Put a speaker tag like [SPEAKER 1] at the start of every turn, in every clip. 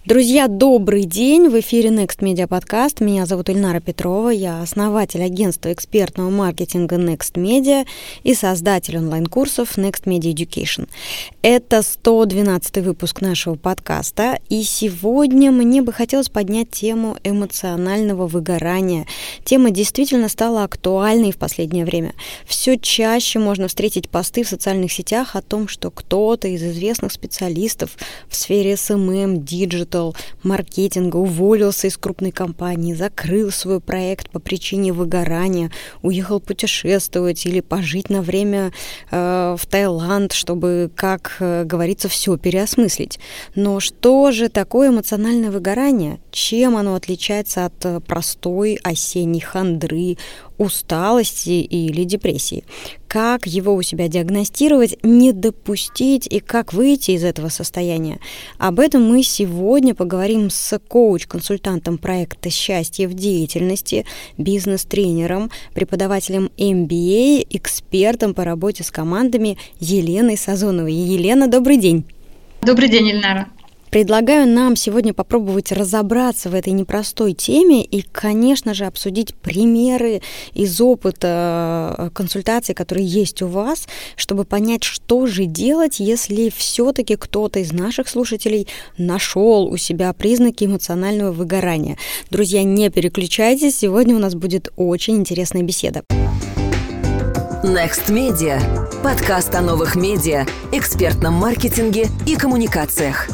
[SPEAKER 1] Друзья, добрый день! В эфире Next Media Podcast. Меня зовут Ильнара Петрова. Я основатель агентства экспертного маркетинга Next Media и создатель онлайн-курсов Next Media Education. Это 112-й выпуск нашего подкаста. И сегодня мне бы хотелось поднять тему эмоционального выгорания. Тема действительно стала актуальной в последнее время. Все чаще можно встретить посты в социальных сетях о том, что кто-то из известных специалистов в сфере SMM, диджитал, маркетинга уволился из крупной компании, закрыл свой проект по причине выгорания, уехал путешествовать или пожить на время в Таиланд, чтобы, как говорится, все переосмыслить. Но что же такое эмоциональное выгорание? Чем оно отличается от простой осенней хандры, усталости или депрессии? Как его у себя диагностировать, не допустить и как выйти из этого состояния? Об этом мы сегодня поговорим с коуч-консультантом проекта «Счастье в деятельности», бизнес-тренером, преподавателем MBA, экспертом по работе с командами Еленой Сазоновой. Елена, добрый день!
[SPEAKER 2] Добрый день, Ильнара!
[SPEAKER 1] Предлагаю нам сегодня попробовать разобраться в этой непростой теме и, конечно же, обсудить примеры из опыта консультаций, которые есть у вас, чтобы понять, что же делать, если все-таки кто-то из наших слушателей нашел у себя признаки эмоционального выгорания. Друзья, не переключайтесь, сегодня у нас будет очень интересная беседа.
[SPEAKER 3] Next Media. Подкаст о новых медиа, экспертном маркетинге и коммуникациях.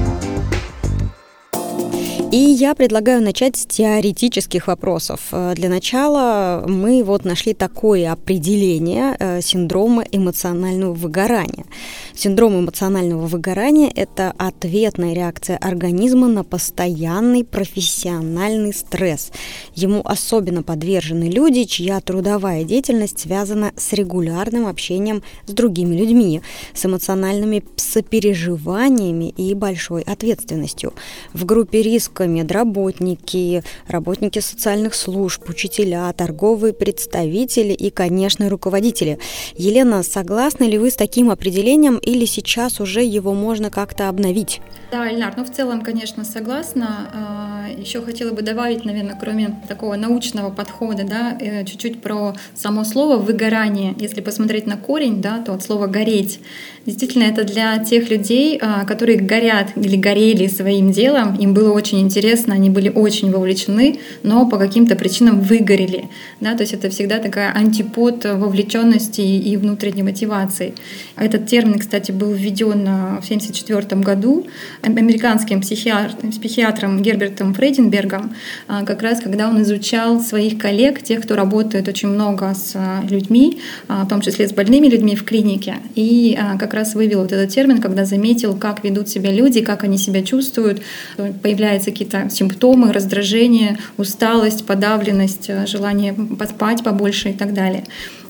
[SPEAKER 1] И я предлагаю начать с теоретических вопросов. Для начала мы нашли такое определение синдрома эмоционального выгорания. Синдром эмоционального выгорания – это ответная реакция организма на постоянный профессиональный стресс. Ему особенно подвержены люди, чья трудовая деятельность связана с регулярным общением с другими людьми, с эмоциональными сопереживаниями и большой ответственностью. В группе риска медработники, работники социальных служб, учителя, торговые представители и, конечно, руководители. Елена, согласны ли вы с таким определением или сейчас уже его можно как-то обновить?
[SPEAKER 2] Да, Ильнар, в целом, конечно, согласна. Еще хотела бы добавить, наверное, кроме такого научного подхода, чуть-чуть про само слово «выгорание». Если посмотреть на корень, то от слова «гореть». Действительно, это для тех людей, которые горят или горели своим делом, им было очень интересно, они были очень вовлечены, но по каким-то причинам выгорели. То есть это всегда такая антипод вовлеченности и внутренней мотивации. Этот термин, кстати, был введен в 1974 году американским психиатром Гербертом Фрейденбергом, как раз когда он изучал своих коллег, тех, кто работает очень много с людьми, в том числе с больными людьми в клинике, и как раз вывел этот термин, когда заметил, как ведут себя люди, как они себя чувствуют, появляются какие-то симптомы, раздражение, усталость, подавленность, желание поспать побольше и так далее.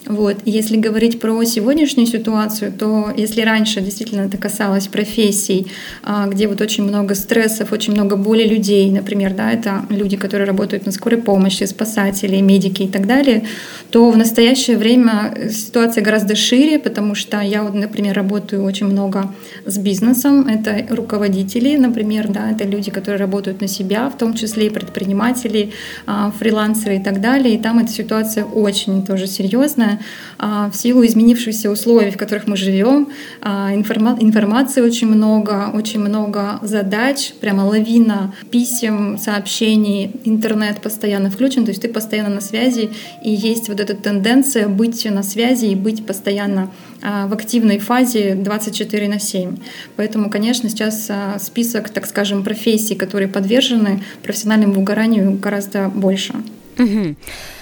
[SPEAKER 2] Если говорить про сегодняшнюю ситуацию, то если раньше действительно это касалось профессий, где очень много стрессов, очень много боли людей, например, это люди, которые работают на скорой помощи, спасатели, медики и так далее, то в настоящее время ситуация гораздо шире, потому что я, например, работаю очень много с бизнесом, это руководители, например, это люди, которые работают на себя, в том числе и предприниматели, фрилансеры и так далее, и там эта ситуация очень тоже серьезная. В силу изменившихся условий, в которых мы живем, информации очень много задач, прямо лавина писем, сообщений, интернет постоянно включен, то есть ты постоянно на связи, и есть эта тенденция быть на связи и быть постоянно в активной фазе 24/7. Поэтому, конечно, сейчас список, так скажем, профессий, которые подвержены профессиональному выгоранию, гораздо больше.
[SPEAKER 1] Угу.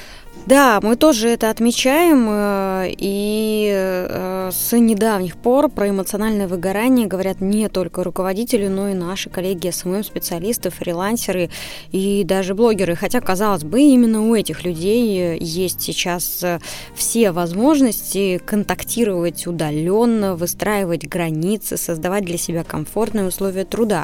[SPEAKER 1] Да, мы тоже это отмечаем, и с недавних пор про эмоциональное выгорание говорят не только руководители, но и наши коллеги СММ-специалисты, фрилансеры и даже блогеры. Хотя, казалось бы, именно у этих людей есть сейчас все возможности контактировать удаленно, выстраивать границы, создавать для себя комфортные условия труда.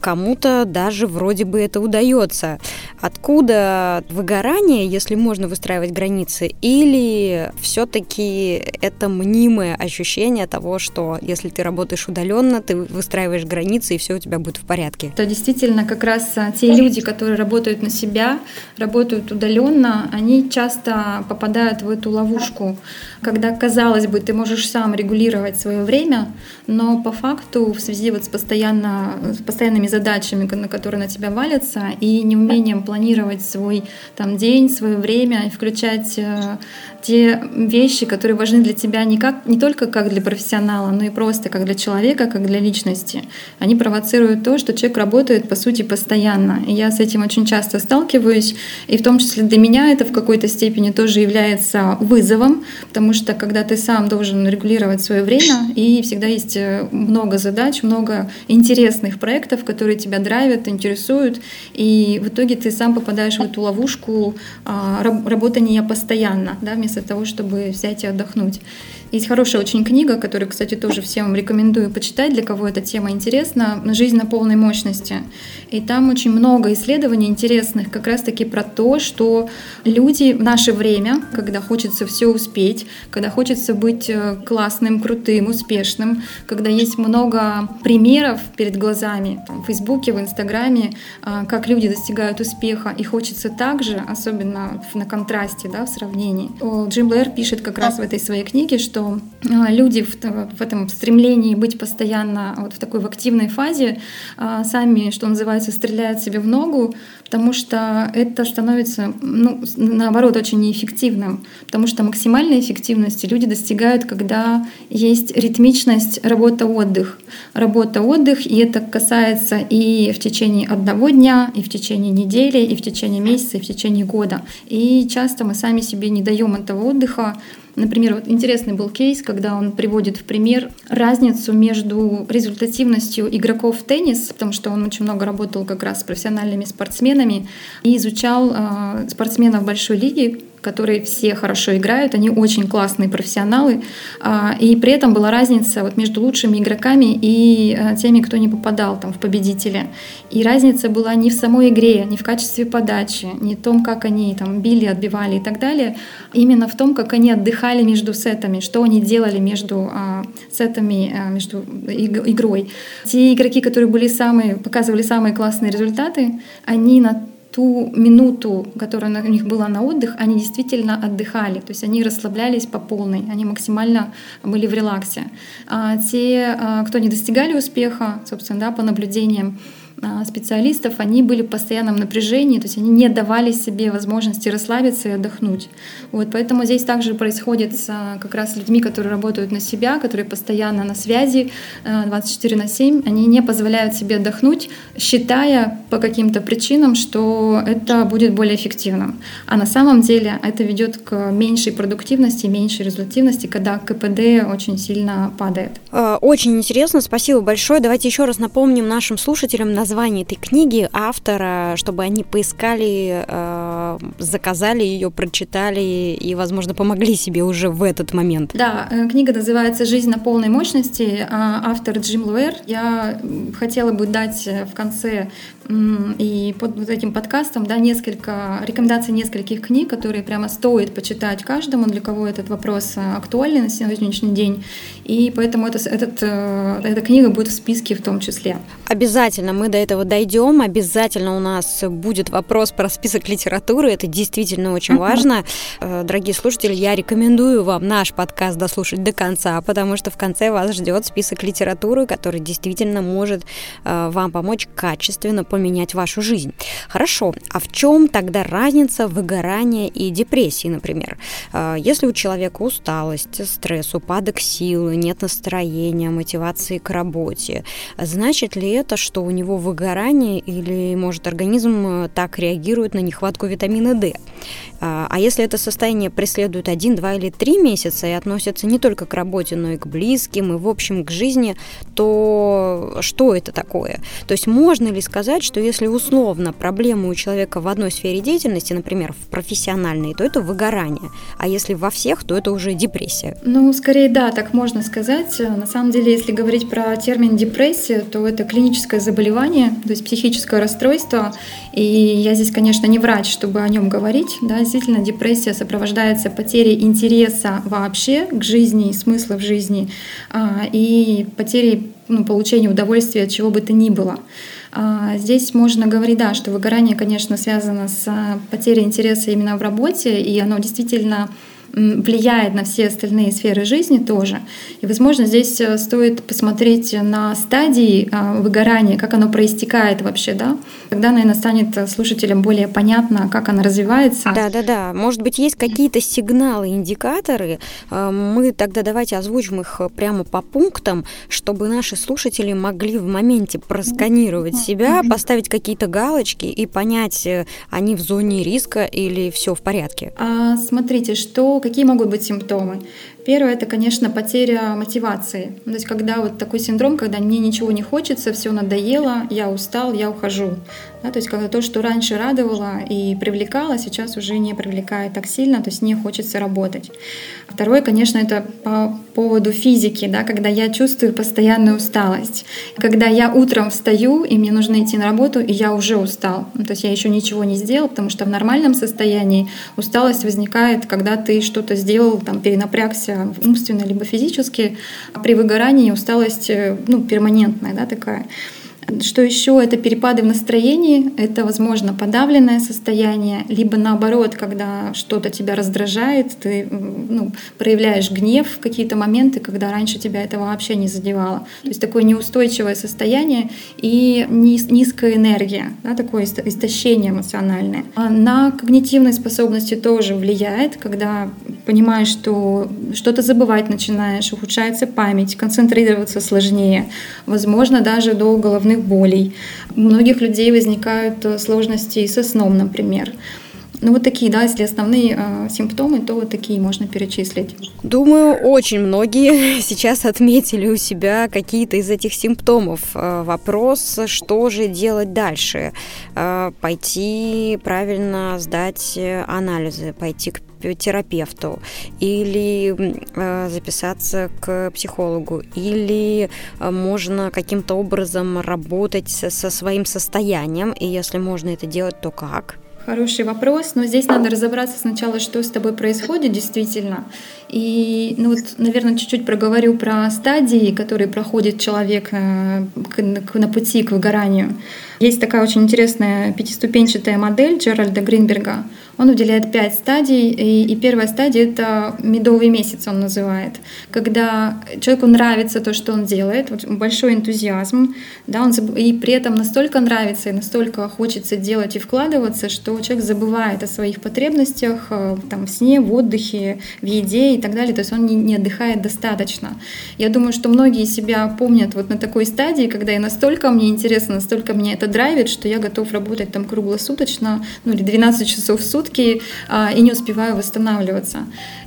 [SPEAKER 1] Кому-то даже вроде бы это удается. Откуда выгорание, если можно выстраивать выстраивать границы, или все-таки это мнимое ощущение того, что если ты работаешь удаленно, ты выстраиваешь границы, и все у тебя будет в порядке?
[SPEAKER 2] Это действительно как раз те люди, которые работают на себя, работают удаленно, они часто попадают в эту ловушку, когда, казалось бы, ты можешь сам регулировать свое время, но по факту в связи с постоянными задачами, которые на тебя валятся, и неумением планировать свой день, свое время, и включать те вещи, которые важны для тебя не только как для профессионала, но и просто как для человека, как для личности. Они провоцируют то, что человек работает, по сути, постоянно. И я с этим очень часто сталкиваюсь, и в том числе для меня это в какой-то степени тоже является вызовом, потому что когда ты сам должен регулировать свое время, и всегда есть много задач, много интересных проектов, которые тебя драйвят, интересуют, и в итоге ты сам попадаешь в эту ловушку работания постоянно, вместо того, чтобы взять и отдохнуть. Есть хорошая очень книга, которую, кстати, тоже всем рекомендую почитать, для кого эта тема интересна, «Жизнь на полной мощности». И там очень много исследований интересных как раз-таки про то, что люди в наше время, когда хочется все успеть, когда хочется быть классным, крутым, успешным, когда есть много примеров перед глазами в Фейсбуке, в Инстаграме, как люди достигают успеха, и хочется также, особенно на контрасте, в сравнении. Джим Блэр пишет как раз в этой своей книге, что люди в этом стремлении быть постоянно в активной фазе сами, что называется, стреляют себе в ногу, потому что это становится, наоборот, очень неэффективным, потому что максимальной эффективности люди достигают, когда есть ритмичность работа-отдых. Работа-отдых, и это касается и в течение одного дня, и в течение недели, и в течение месяца, и в течение года. И часто мы сами себе не даем этого отдыха. Например, интересный был кейс, когда он приводит в пример разницу между результативностью игроков в теннис, потому что он очень много работал как раз с профессиональными спортсменами и изучал спортсменов большой лиги, которые все хорошо играют, они очень классные профессионалы, и при этом была разница между лучшими игроками и теми, кто не попадал в победители. И разница была не в самой игре, не в качестве подачи, не в том, как они били, отбивали и так далее, именно в том, как они отдыхали между сетами, что они делали между сетами, между игрой. Те игроки, которые показывали самые классные результаты, они на ту минуту, которая у них была на отдых, они действительно отдыхали, то есть они расслаблялись по полной, они максимально были в релаксе. А те, кто не достигали успеха, собственно, по наблюдениям специалистов, они были в постоянном напряжении, то есть они не давали себе возможности расслабиться и отдохнуть. Поэтому здесь также происходит как раз с людьми, которые работают на себя, которые постоянно на связи 24/7, они не позволяют себе отдохнуть, считая по каким-то причинам, что это будет более эффективным. А на самом деле это ведет к меньшей продуктивности, меньшей результативности, когда КПД очень сильно падает.
[SPEAKER 1] Очень интересно, спасибо большое. Давайте еще раз напомним нашим слушателям название этой книги, автора, чтобы они поискали, заказали ее, прочитали и, возможно, помогли себе уже в этот момент.
[SPEAKER 2] Да, книга называется «Жизнь на полной мощности», автор Джим Блэр. Я хотела бы дать в конце и под этим подкастом рекомендаций нескольких книг, которые прямо стоит почитать каждому, для кого этот вопрос актуален на сегодняшний день. И поэтому эта книга будет в списке в том числе.
[SPEAKER 1] Обязательно мы до этого дойдем. Обязательно у нас будет вопрос про список литературы. Это действительно очень важно. Дорогие слушатели, я рекомендую вам наш подкаст дослушать до конца, потому что в конце вас ждет список литературы, который действительно может вам помочь качественно поменять вашу жизнь. Хорошо. А в чем тогда разница выгорания и депрессии, например? Если у человека усталость, стресс, упадок сил, нет настроения, мотивации к работе, значит ли это, что у него выгорание или, может, организм так реагирует на нехватку витамина D? А если это состояние преследует 1, 2 или 3 месяца и относится не только к работе, но и к близким, и, в общем, к жизни, то что это такое? То есть можно ли сказать, понять, что если условно проблема у человека в одной сфере деятельности, например, в профессиональной, то это выгорание, а если во всех, то это уже депрессия?
[SPEAKER 2] Скорее, да, так можно сказать. На самом деле, если говорить про термин депрессия, то это клиническое заболевание, то есть психическое расстройство. И я здесь, конечно, не врач, чтобы о нем говорить. Да, действительно, депрессия сопровождается потерей интереса вообще к жизни, смысла в жизни и потерей получения удовольствия от чего бы то ни было. Здесь можно говорить, да, что выгорание, конечно, связано с потерей интереса именно в работе, и оно действительно влияет на все остальные сферы жизни тоже. И, возможно, здесь стоит посмотреть на стадии выгорания, как оно проистекает вообще, да? Тогда, наверное, станет слушателям более понятно, как оно развивается.
[SPEAKER 1] Да. Может быть, есть какие-то сигналы, индикаторы. Мы тогда давайте озвучим их прямо по пунктам, чтобы наши слушатели могли в моменте просканировать себя, поставить какие-то галочки и понять, они в зоне риска или все в порядке.
[SPEAKER 2] Смотрите, какие могут быть симптомы? Первое — это, конечно, потеря мотивации. То есть когда вот такой синдром, когда мне ничего не хочется, все надоело, я устал, я ухожу. Да, то есть когда то, что раньше радовало и привлекало, сейчас уже не привлекает так сильно, то есть не хочется работать. Второе, конечно, это по поводу физики, да, когда я чувствую постоянную усталость. Когда я утром встаю, и мне нужно идти на работу, и я уже устал. То есть я еще ничего не сделал, потому что в нормальном состоянии усталость возникает, когда ты что-то сделал, перенапрягся умственно либо физически. А при выгорании усталость перманентная, да, такая. Что еще? Это перепады в настроении, это, возможно, подавленное состояние, либо наоборот, когда что-то тебя раздражает, ты проявляешь гнев в какие-то моменты, когда раньше тебя это вообще не задевало. То есть такое неустойчивое состояние и низкая энергия, да, такое истощение эмоциональное. А на когнитивные способности тоже влияет, когда понимаешь, что что-то забывать начинаешь, ухудшается память, концентрироваться сложнее, возможно, даже до головных болей. У многих людей возникают сложности со сном, например. Вот такие, да, если основные симптомы, то вот такие можно перечислить.
[SPEAKER 1] Думаю, очень многие сейчас отметили у себя какие-то из этих симптомов. Вопрос, что же делать дальше? Пойти правильно сдать анализы, пойти к терапевту или записаться к психологу, или можно каким-то образом работать со своим состоянием, и если можно это делать, то как?
[SPEAKER 2] Хороший вопрос, но здесь надо разобраться сначала, что с тобой происходит действительно. И, наверное, чуть-чуть проговорю про стадии, которые проходит человек на пути к выгоранию. Есть такая очень интересная пятиступенчатая модель Джеральда Гринберга. Он выделяет 5 стадий, и первая стадия — это медовый месяц, он называет, когда человеку нравится то, что он делает, большой энтузиазм, да, и при этом настолько нравится и настолько хочется делать и вкладываться, что человек забывает о своих потребностях в сне, в отдыхе, в еде и так далее, то есть он не отдыхает достаточно. Я думаю, что многие себя помнят на такой стадии, когда и настолько мне интересно, настолько меня это драйвит, что я готов работать круглосуточно, или 12 часов в сутки, и не успеваю восстанавливаться.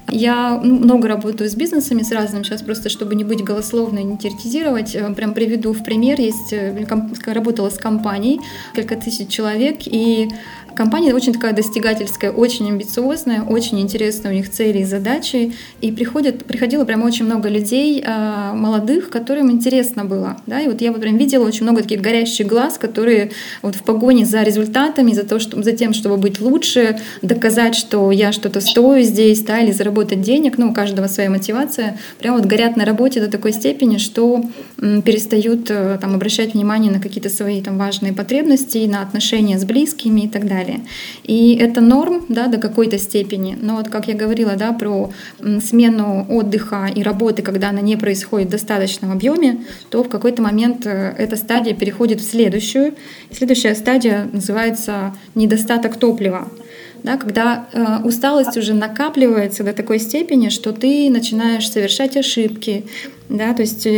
[SPEAKER 2] Я много работаю с бизнесами, с разными, сейчас просто, чтобы не быть голословной, не теоретизировать, прям приведу в пример. Работала с компанией, несколько тысяч человек, и компания очень такая достигательская, очень амбициозная, очень интересная у них цели и задачи. И приходило прям очень много людей, молодых, которым интересно было. Да? И я прям видела очень много таких горящих глаз, которые в погоне за результатами, за тем, чтобы быть лучше, доказать, что я что-то стою здесь, да, или заработать денег. У каждого своя мотивация. Прям горят на работе до такой степени, что перестают обращать внимание на какие-то свои важные потребности, на отношения с близкими и так далее. И это норм, да, до какой-то степени. Но как я говорила, да, про смену отдыха и работы, когда она не происходит в достаточном объеме, то в какой-то момент эта стадия переходит в следующую. И следующая стадия называется недостаток топлива. Да, когда усталость уже накапливается до такой степени, что ты начинаешь совершать ошибки, Да, то есть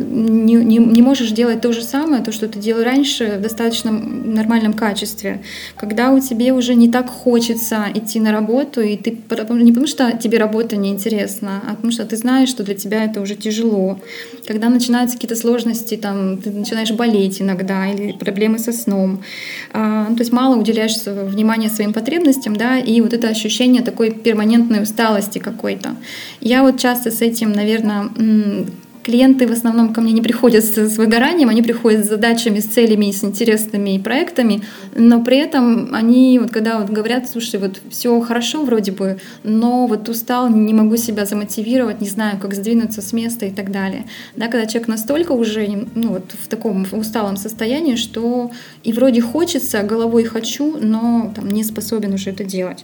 [SPEAKER 2] не можешь делать то же самое, то, что ты делал раньше, в достаточно нормальном качестве. Когда у тебя уже не так хочется идти на работу, и ты не потому что тебе работа неинтересна, а потому что ты знаешь, что для тебя это уже тяжело. Когда начинаются какие-то сложности, там, ты начинаешь болеть иногда, или проблемы со сном. То есть мало уделяешь внимания своим потребностям, да, и вот это ощущение такой перманентной усталости какой-то. Я вот часто с этим, наверное, клиенты в основном ко мне не приходят с выгоранием, они приходят с задачами, с целями, с интересными проектами, но при этом они, вот когда вот говорят, слушай, вот все хорошо вроде бы, но вот устал, не могу себя замотивировать, не знаю, как сдвинуться с места и так далее. Да, когда человек настолько уже вот в таком усталом состоянии, что и вроде хочется, головой хочу, но там, не способен уже это делать.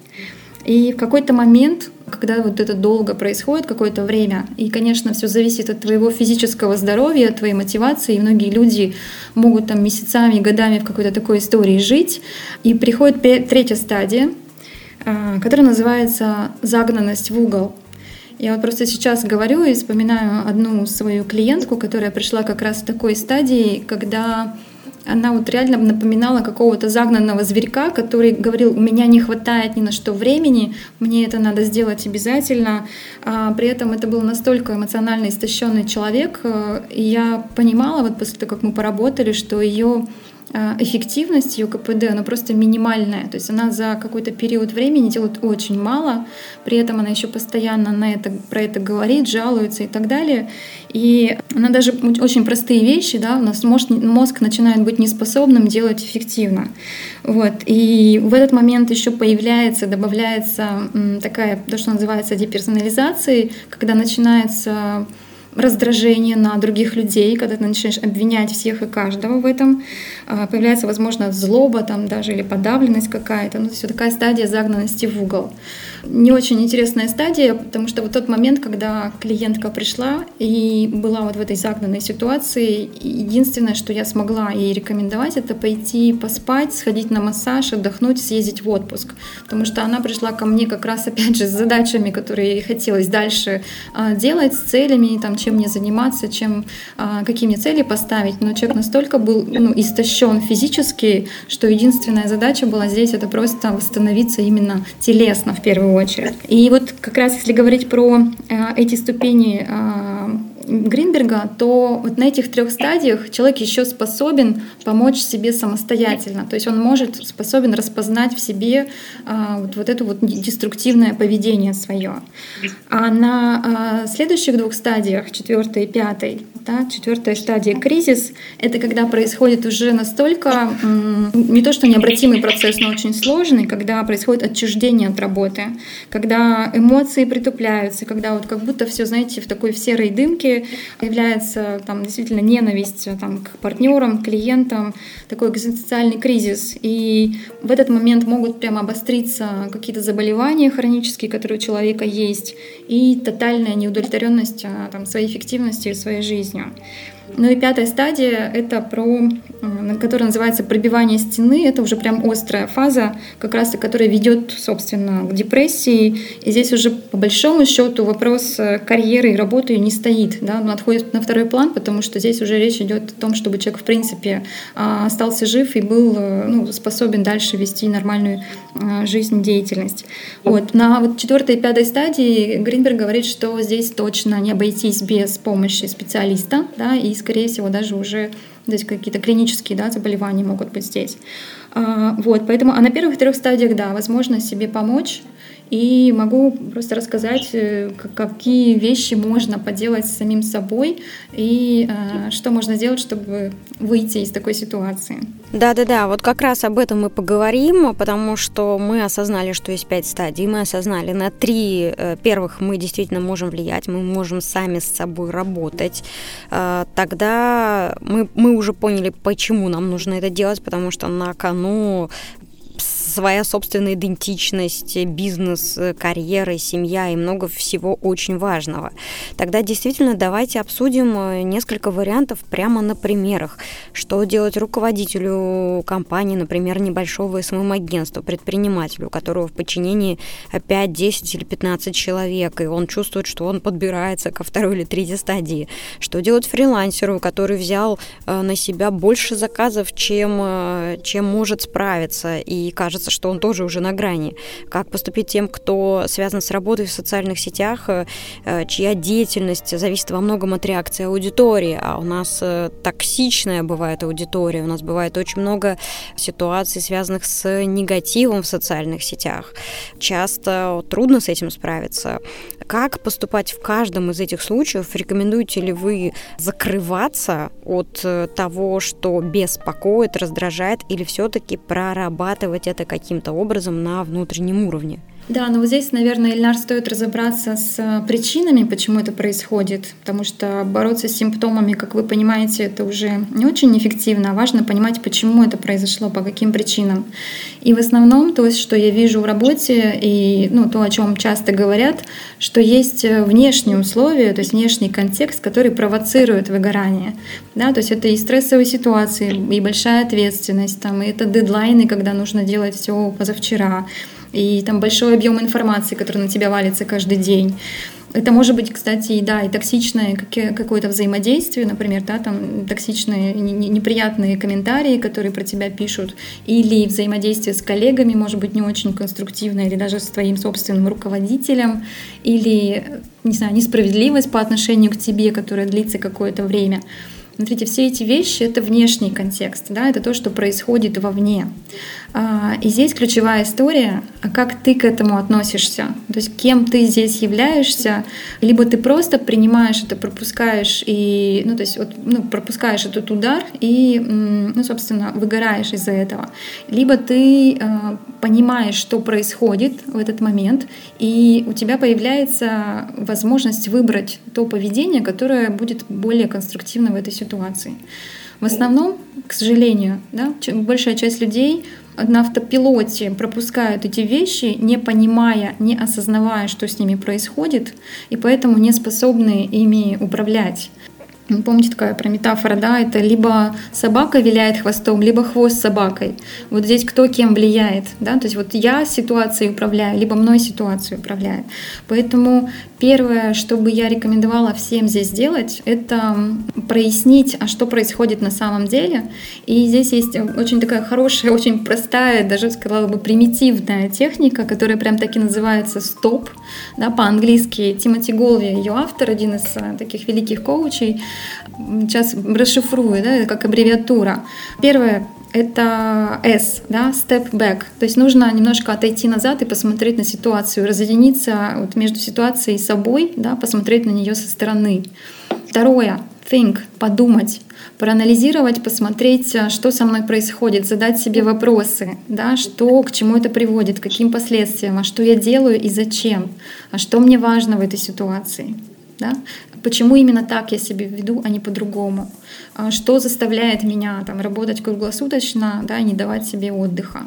[SPEAKER 2] И в какой-то момент, когда вот это долго происходит, какое-то время, и, конечно, все зависит от твоего физического здоровья, от твоей мотивации, и многие люди могут там месяцами, годами в какой-то такой истории жить, и приходит третья стадия, которая называется загнанность в угол. Я вот просто сейчас говорю и вспоминаю одну свою клиентку, которая пришла как раз в такой стадии, когда она вот реально напоминала какого-то загнанного зверька, который говорил, у меня не хватает ни на что времени, мне это надо сделать обязательно. При этом это был настолько эмоционально истощенный человек, и я понимала вот после того, как мы поработали, что ее эффективность, ее КПД, она просто минимальная. То есть она за какой-то период времени делает очень мало, при этом она еще постоянно про это говорит, жалуется и так далее. И она даже очень простые вещи, да, у нас мозг начинает быть неспособным делать эффективно. Вот. И в этот момент еще добавляется такая, то, что называется деперсонализацией, когда начинается раздражение на других людей, когда ты начинаешь обвинять всех и каждого в этом, появляется, возможно, злоба там даже или подавленность какая-то. То есть вот такая стадия загнанности в угол. Не очень интересная стадия, потому что вот тот момент, когда клиентка пришла и была вот в этой загнанной ситуации, единственное, что я смогла ей рекомендовать, это пойти поспать, сходить на массаж, отдохнуть, съездить в отпуск. Потому что она пришла ко мне как раз, опять же, с задачами, которые ей хотелось дальше делать, с целями, там, чем мне заниматься, какие мне цели поставить. Но человек настолько был истощен физически, что единственная задача была здесь — это просто восстановиться именно телесно в первую очередь. И вот как раз если говорить про эти ступени Гринберга, то вот на этих 3 стадиях человек еще способен помочь себе самостоятельно. То есть он способен распознать в себе вот это вот деструктивное поведение свое. А на следующих 2 стадиях, 4 и 5, да, 4 стадия кризис, это когда происходит уже настолько, не то что необратимый процесс, но очень сложный, когда происходит отчуждение от работы, когда эмоции притупляются, когда вот как будто все, знаете, в такой серой дымке появляется там действительно ненависть там, к партнерам, к клиентам, такой экзистенциальный кризис. И в этот момент могут прямо обостриться какие-то заболевания хронические, которые у человека есть, и тотальная неудовлетворенность там, своей эффективностью и своей жизнью. Ну и 5 стадия — это которая называется пробивание стены. Это уже прям острая фаза, как раз которая ведет, собственно, к депрессии. И здесь уже по большому счету вопрос карьеры и работы не стоит. Да? Он отходит на второй план, потому что здесь уже речь идет о том, чтобы человек в принципе остался жив и был способен дальше вести нормальную жизнь, деятельность. Вот. На 4 и 5 стадии Гринберг говорит, что здесь точно не обойтись без помощи специалиста, да, и, скорее всего, даже уже здесь какие-то клинические заболевания могут быть здесь. Вот, поэтому, на первых 3 стадиях, да, возможно себе помочь. И могу просто рассказать, какие вещи можно поделать с самим собой и что можно сделать, чтобы выйти из такой ситуации.
[SPEAKER 1] Да, вот как раз об этом мы поговорим, потому что мы осознали, что есть 5 стадий, мы осознали, на 3 первых мы действительно можем влиять, мы можем сами с собой работать. Тогда мы уже поняли, почему нам нужно это делать, потому что на кону своя собственная идентичность, бизнес, карьера, семья и много всего очень важного. Тогда действительно давайте обсудим несколько вариантов прямо на примерах. Что делать руководителю компании, например, небольшого СММ-агентства, предпринимателю, у которого в подчинении 5, 10 или 15 человек, и он чувствует, что он подбирается ко второй или третьей стадии. Что делать фрилансеру, который взял на себя больше заказов, чем может справиться, и кажется, что он тоже уже на грани. Как поступить тем, кто связан с работой в социальных сетях, чья деятельность зависит во многом от реакции аудитории, а у нас токсичная бывает аудитория, у нас бывает очень много ситуаций, связанных с негативом в социальных сетях. Часто трудно с этим справиться. Как поступать в каждом из этих случаев? Рекомендуете ли вы закрываться от того, что беспокоит, раздражает, или все-таки прорабатывать это каким-то образом на внутреннем уровне?
[SPEAKER 2] Да, но вот здесь, наверное, Ильнар, стоит разобраться с причинами, почему это происходит, потому что бороться с симптомами, как вы понимаете, это уже не очень эффективно, а важно понимать, почему это произошло, по каким причинам. И в основном то, что я вижу в работе, и то, о чем часто говорят, что есть внешние условия, то есть внешний контекст, который провоцирует выгорание. Да, то есть это и стрессовые ситуации, и большая ответственность, и это дедлайны, когда нужно делать все позавчера, и там большой объем информации, который на тебя валится каждый день. Это может быть, кстати, и токсичное какое-то взаимодействие, например, там токсичные, неприятные комментарии, которые про тебя пишут, или взаимодействие с коллегами, может быть, не очень конструктивное, или даже с твоим собственным руководителем, или, несправедливость по отношению к тебе, которая длится какое-то время. Смотрите, все эти вещи — это внешний контекст, да, это то, что происходит вовне. И здесь ключевая история, как ты к этому относишься, то есть кем ты здесь являешься, либо ты просто принимаешь это, пропускаешь, и, пропускаешь этот удар и, собственно, выгораешь из-за этого, либо ты понимаешь, что происходит в этот момент, и у тебя появляется возможность выбрать то поведение, которое будет более конструктивно в этой ситуации. В основном, к сожалению, большая часть людей на автопилоте пропускают эти вещи, не понимая, не осознавая, что с ними происходит, и поэтому не способны ими управлять. Помните, такая про метафора, это либо собака виляет хвостом, либо хвост собакой. Вот здесь кто кем влияет, то есть вот я ситуацией управляю, либо мной ситуацию управляет. Поэтому первое, что бы я рекомендовала всем здесь делать, это прояснить, а что происходит на самом деле. И здесь есть очень такая хорошая, очень простая, даже сказала бы примитивная техника, которая прям так и называется «стоп», по-английски. Тимоти Голви, ее автор, один из таких великих коучей. Сейчас расшифрую, это как аббревиатура. Первое — это S, step back. То есть нужно немножко отойти назад и посмотреть на ситуацию, разъединиться между ситуацией и собой, посмотреть на нее со стороны. Второе — think, подумать, проанализировать, посмотреть, что со мной происходит, задать себе вопросы, что, к чему это приводит, к каким последствиям, а что я делаю и зачем, а что мне важно в этой ситуации. Почему именно так я себя веду, а не по-другому? Что заставляет меня работать круглосуточно, и не давать себе отдыха?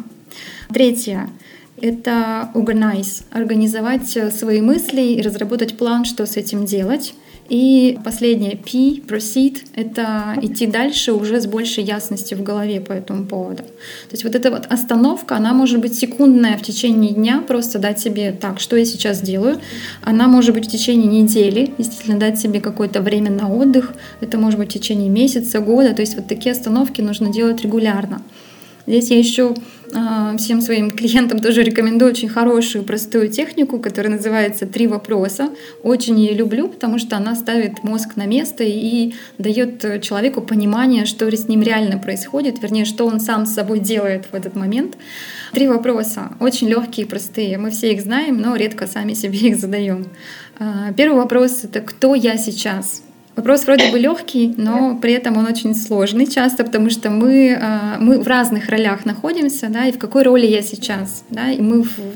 [SPEAKER 2] Третье — это организовать свои мысли и разработать план, что с этим делать. И последнее, P, proceed, это идти дальше уже с большей ясностью в голове по этому поводу. То есть вот эта вот остановка, она может быть секундная в течение дня, просто дать себе так, что я сейчас делаю. Она может быть в течение недели, действительно дать себе какое-то время на отдых. Это может быть в течение месяца, года. То есть вот такие остановки нужно делать регулярно. Здесь я еще всем своим клиентам тоже рекомендую очень хорошую, простую технику, которая называется «3 вопроса». Очень ее люблю, потому что она ставит мозг на место и дает человеку понимание, что с ним реально происходит, вернее, что он сам с собой делает в этот момент. 3 вопроса, очень легкие и простые. Мы все их знаем, но редко сами себе их задаем. Первый вопрос — это «кто я сейчас?». Вопрос вроде бы легкий, но при этом он очень сложный часто, потому что мы в разных ролях находимся, да, и в какой роли я сейчас, да, и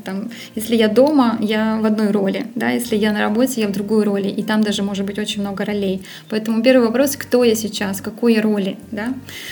[SPEAKER 2] если я дома, я в одной роли, да, если я на работе, я в другой роли, и там даже может быть очень много ролей. Поэтому первый вопрос: кто я сейчас, какой я роли, да?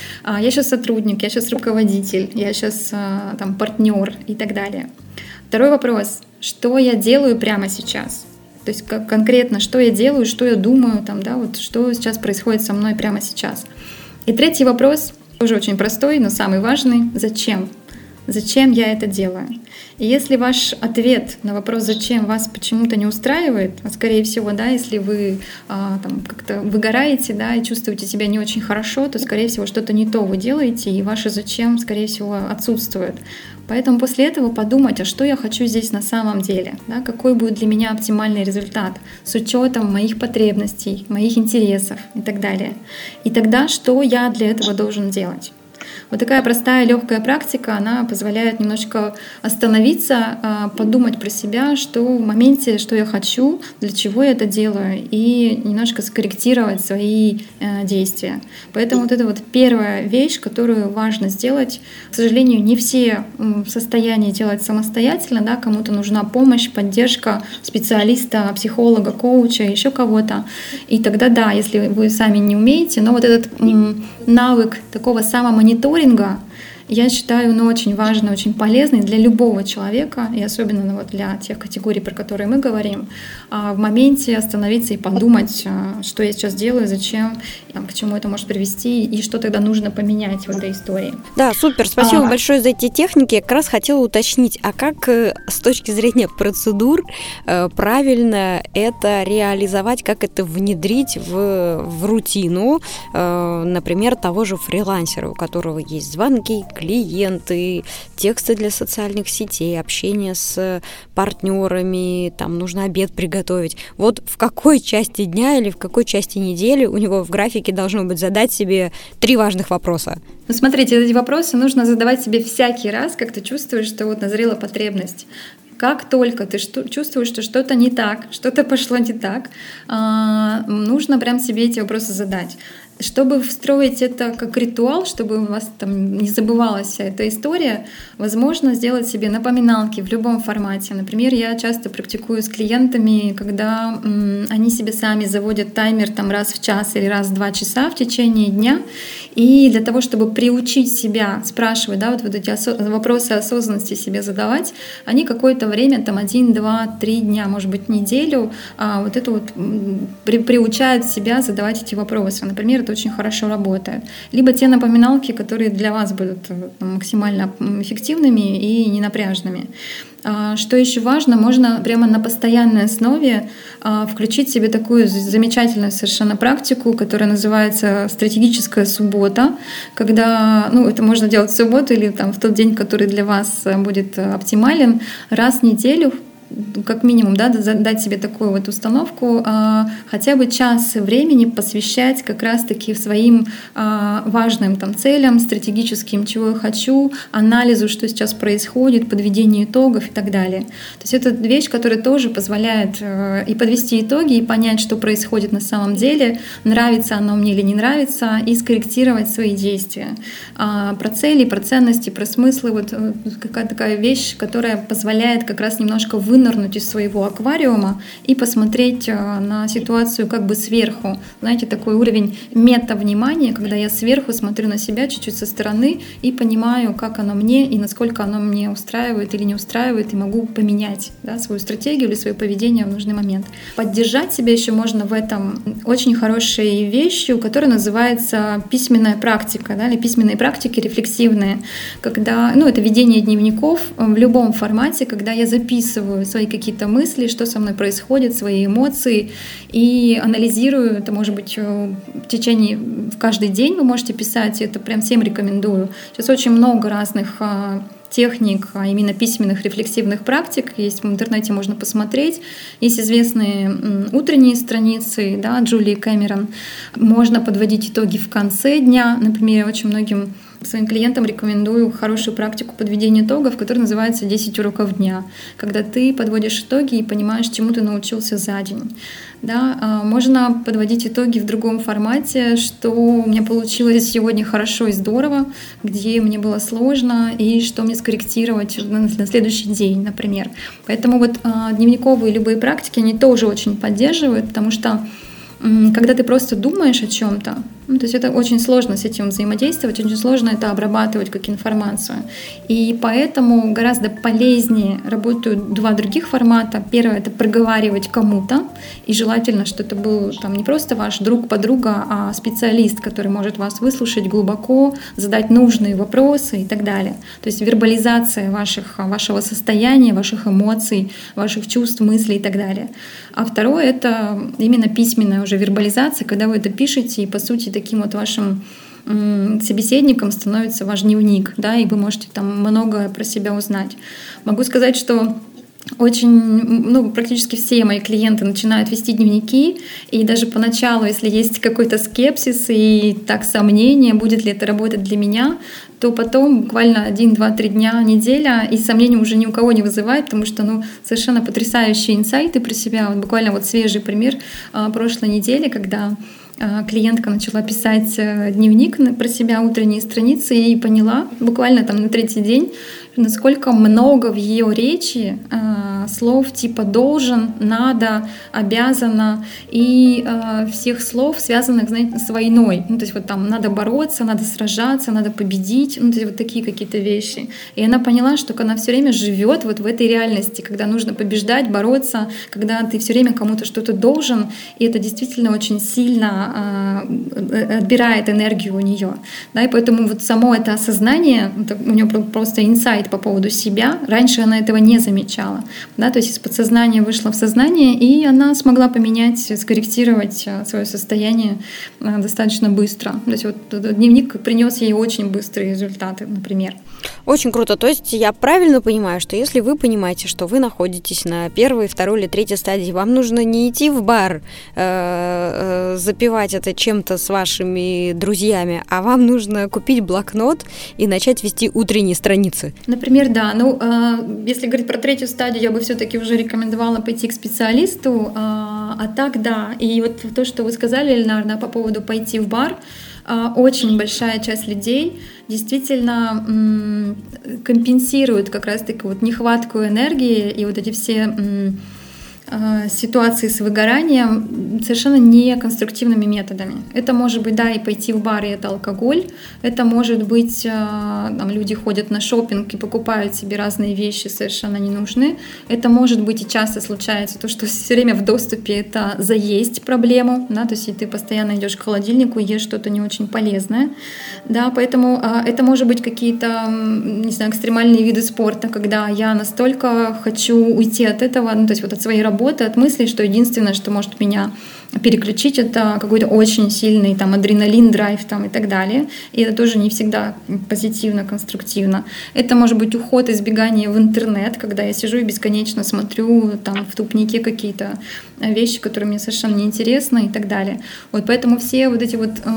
[SPEAKER 2] Я сейчас сотрудник, я сейчас руководитель, я сейчас партнер и так далее. Второй вопрос: что я делаю прямо сейчас? То есть конкретно, что я делаю, что я думаю, что сейчас происходит со мной прямо сейчас. И третий вопрос, тоже очень простой, но самый важный: зачем? Зачем я это делаю? И если ваш ответ на вопрос «зачем» вас почему-то не устраивает, скорее всего, да, если вы как-то выгораете, да, и чувствуете себя не очень хорошо, то, скорее всего, что-то не то вы делаете, и ваше «зачем», скорее всего, отсутствует. Поэтому после этого подумать, а что я хочу здесь на самом деле, да, какой будет для меня оптимальный результат с учетом моих потребностей, моих интересов и так далее. И тогда что я для этого должен делать? Вот такая простая, легкая практика, она позволяет немножко остановиться, подумать про себя, что в моменте, что я хочу, для чего я это делаю, и немножко скорректировать свои действия. Поэтому вот это вот первая вещь, которую важно сделать. К сожалению, не все в состоянии делать самостоятельно, да, кому-то нужна помощь, поддержка специалиста, психолога, коуча, еще кого-то. И тогда да, если вы сами не умеете, но вот этот навык такого самомониторинга, я считаю, очень важный, очень полезный для любого человека, и особенно для тех категорий, про которые мы говорим, в моменте остановиться и подумать, что я сейчас делаю, зачем, к чему это может привести, и что тогда нужно поменять в этой истории.
[SPEAKER 1] Да, супер, спасибо большое за эти техники. Я как раз хотела уточнить, а как с точки зрения процедур правильно это реализовать, как это внедрить в рутину, например, того же фрилансера, у которого есть звонки, клиенты, тексты для социальных сетей, общение с партнерами, там нужно обед приготовить. Вот в какой части дня или в какой части недели у него в графике должно быть задать себе 3 важных вопроса?
[SPEAKER 2] Ну, смотрите, эти вопросы нужно задавать себе всякий раз, как ты чувствуешь, что назрела потребность. Как только ты чувствуешь, что что-то не так, что-то пошло не так, нужно прям себе эти вопросы задать. Чтобы встроить это как ритуал, чтобы у вас не забывалась вся эта история, возможно сделать себе напоминалки в любом формате. Например, я часто практикую с клиентами, когда они себе сами заводят таймер раз в час или раз в 2 часа в течение дня. И для того, чтобы приучить себя спрашивать, вот эти вопросы осознанности себе задавать, они какое-то время, 1, 2, 3 дня, может быть, неделю, приучают себя задавать эти вопросы. Например, это очень хорошо работает. Либо те напоминалки, которые для вас будут максимально эффективными и ненапряжными. Что еще важно, можно прямо на постоянной основе включить себе такую замечательную совершенно практику, которая называется стратегическая суббота, когда, это можно делать в субботу или в тот день, который для вас будет оптимален, раз в неделю, как минимум, дать себе такую установку, хотя бы час времени посвящать как раз-таки своим важным целям, стратегическим, чего я хочу, анализу, что сейчас происходит, подведению итогов и так далее. То есть это вещь, которая тоже позволяет и подвести итоги, и понять, что происходит на самом деле, нравится оно мне или не нравится, и скорректировать свои действия. Про цели, про ценности, про смыслы, какая-то такая вещь, которая позволяет как раз немножко вынырнуть из своего аквариума и посмотреть на ситуацию как бы сверху. Знаете, такой уровень мета-внимания, когда я сверху смотрю на себя чуть-чуть со стороны и понимаю, как оно мне и насколько оно мне устраивает или не устраивает, и могу поменять свою стратегию или свое поведение в нужный момент. Поддержать себя еще можно в этом очень хорошей вещью, которая называется письменная практика, или письменные практики рефлексивные, когда, это ведение дневников в любом формате, когда я записываю свои какие-то мысли, что со мной происходит, свои эмоции, и анализирую. Это может быть в каждый день вы можете писать, это прям всем рекомендую. Сейчас очень много разных техник, именно письменных рефлексивных практик. Есть в интернете, можно посмотреть. Есть известные утренние страницы, Джулии Кэмерон. Можно подводить итоги в конце дня. Например, я очень многим своим клиентам рекомендую хорошую практику подведения итогов, которая называется 10 уроков дня, когда ты подводишь итоги и понимаешь, чему ты научился за день. Да, можно подводить итоги в другом формате, что у меня получилось сегодня хорошо и здорово, где мне было сложно и что мне скорректировать на следующий день, например. Поэтому вот дневниковые любые практики, они тоже очень поддерживают, потому что когда ты просто думаешь о чем-то, то есть это очень сложно с этим взаимодействовать, очень сложно это обрабатывать как информацию. И поэтому гораздо полезнее работают два других формата. Первое — это проговаривать кому-то, и желательно, что это был там не просто ваш друг, подруга, а специалист, который может вас выслушать глубоко, задать нужные вопросы и так далее. То есть вербализация вашего состояния, ваших эмоций, ваших чувств, мыслей и так далее. А второе — это именно письменная уже вербализация, когда вы это пишете, и по сути таким вот вашим собеседником становится ваш дневник, да, и вы можете там многое про себя узнать. Могу сказать, что практически все мои клиенты начинают вести дневники, и даже поначалу, если есть какой-то скепсис и сомнения, будет ли это работать для меня, то потом буквально 1, 2, 3 дня, неделя, и сомнений уже ни у кого не вызывает, потому что совершенно потрясающие инсайты про себя. Буквально свежий пример прошлой недели, когда клиентка начала писать дневник про себя, утренние страницы, и поняла буквально на 3-й день, насколько много в ее речи слов типа «должен», «надо», «обязана» и всех слов, связанных, с войной. То есть надо бороться, надо сражаться, надо победить, то есть такие какие-то вещи. И она поняла, что она все время живет в этой реальности, когда нужно побеждать, бороться, когда ты все время кому-то что-то должен, и это действительно очень сильно отбирает энергию у нее. Да, и поэтому само это осознание, у нее просто инсайт по поводу себя, раньше она этого не замечала. Да, то есть из подсознания вышло в сознание, и она смогла поменять, скорректировать свое состояние достаточно быстро. То есть дневник принес ей очень быстрые результаты, например.
[SPEAKER 1] Очень круто. То есть я правильно понимаю, что если вы понимаете, что вы находитесь на 1-й, 2-й или 3-й стадии, вам нужно не идти в бар, запивать это чем-то с вашими друзьями, а вам нужно купить блокнот и начать вести утренние страницы.
[SPEAKER 2] Например, да. Если говорить про 3-ю стадию, я бы все-таки уже рекомендовала пойти к специалисту, а так да. И то, что вы сказали, Эльнар, по поводу пойти в бар, очень большая часть людей действительно компенсирует как раз-таки нехватку энергии и эти все ситуации с выгоранием совершенно неконструктивными методами. Это может быть, да, и пойти в бар, и это алкоголь. Это может быть, люди ходят на шопинг и покупают себе разные вещи совершенно ненужные. Это может быть, и часто случается, то, что все время в доступе, это заесть проблему, да, то есть и ты постоянно идешь к холодильнику и ешь что-то не очень полезное. Да, поэтому это может быть какие-то, экстремальные виды спорта, когда я настолько хочу уйти от этого, то есть от своей работы, от мыслей, что единственное, что может меня переключить, это какой-то очень сильный адреналин, драйв и так далее. И это тоже не всегда позитивно, конструктивно. Это может быть уход, избегание в интернет, когда я сижу и бесконечно смотрю в тупнике какие-то вещи, которые мне совершенно неинтересны и так далее. Поэтому все эти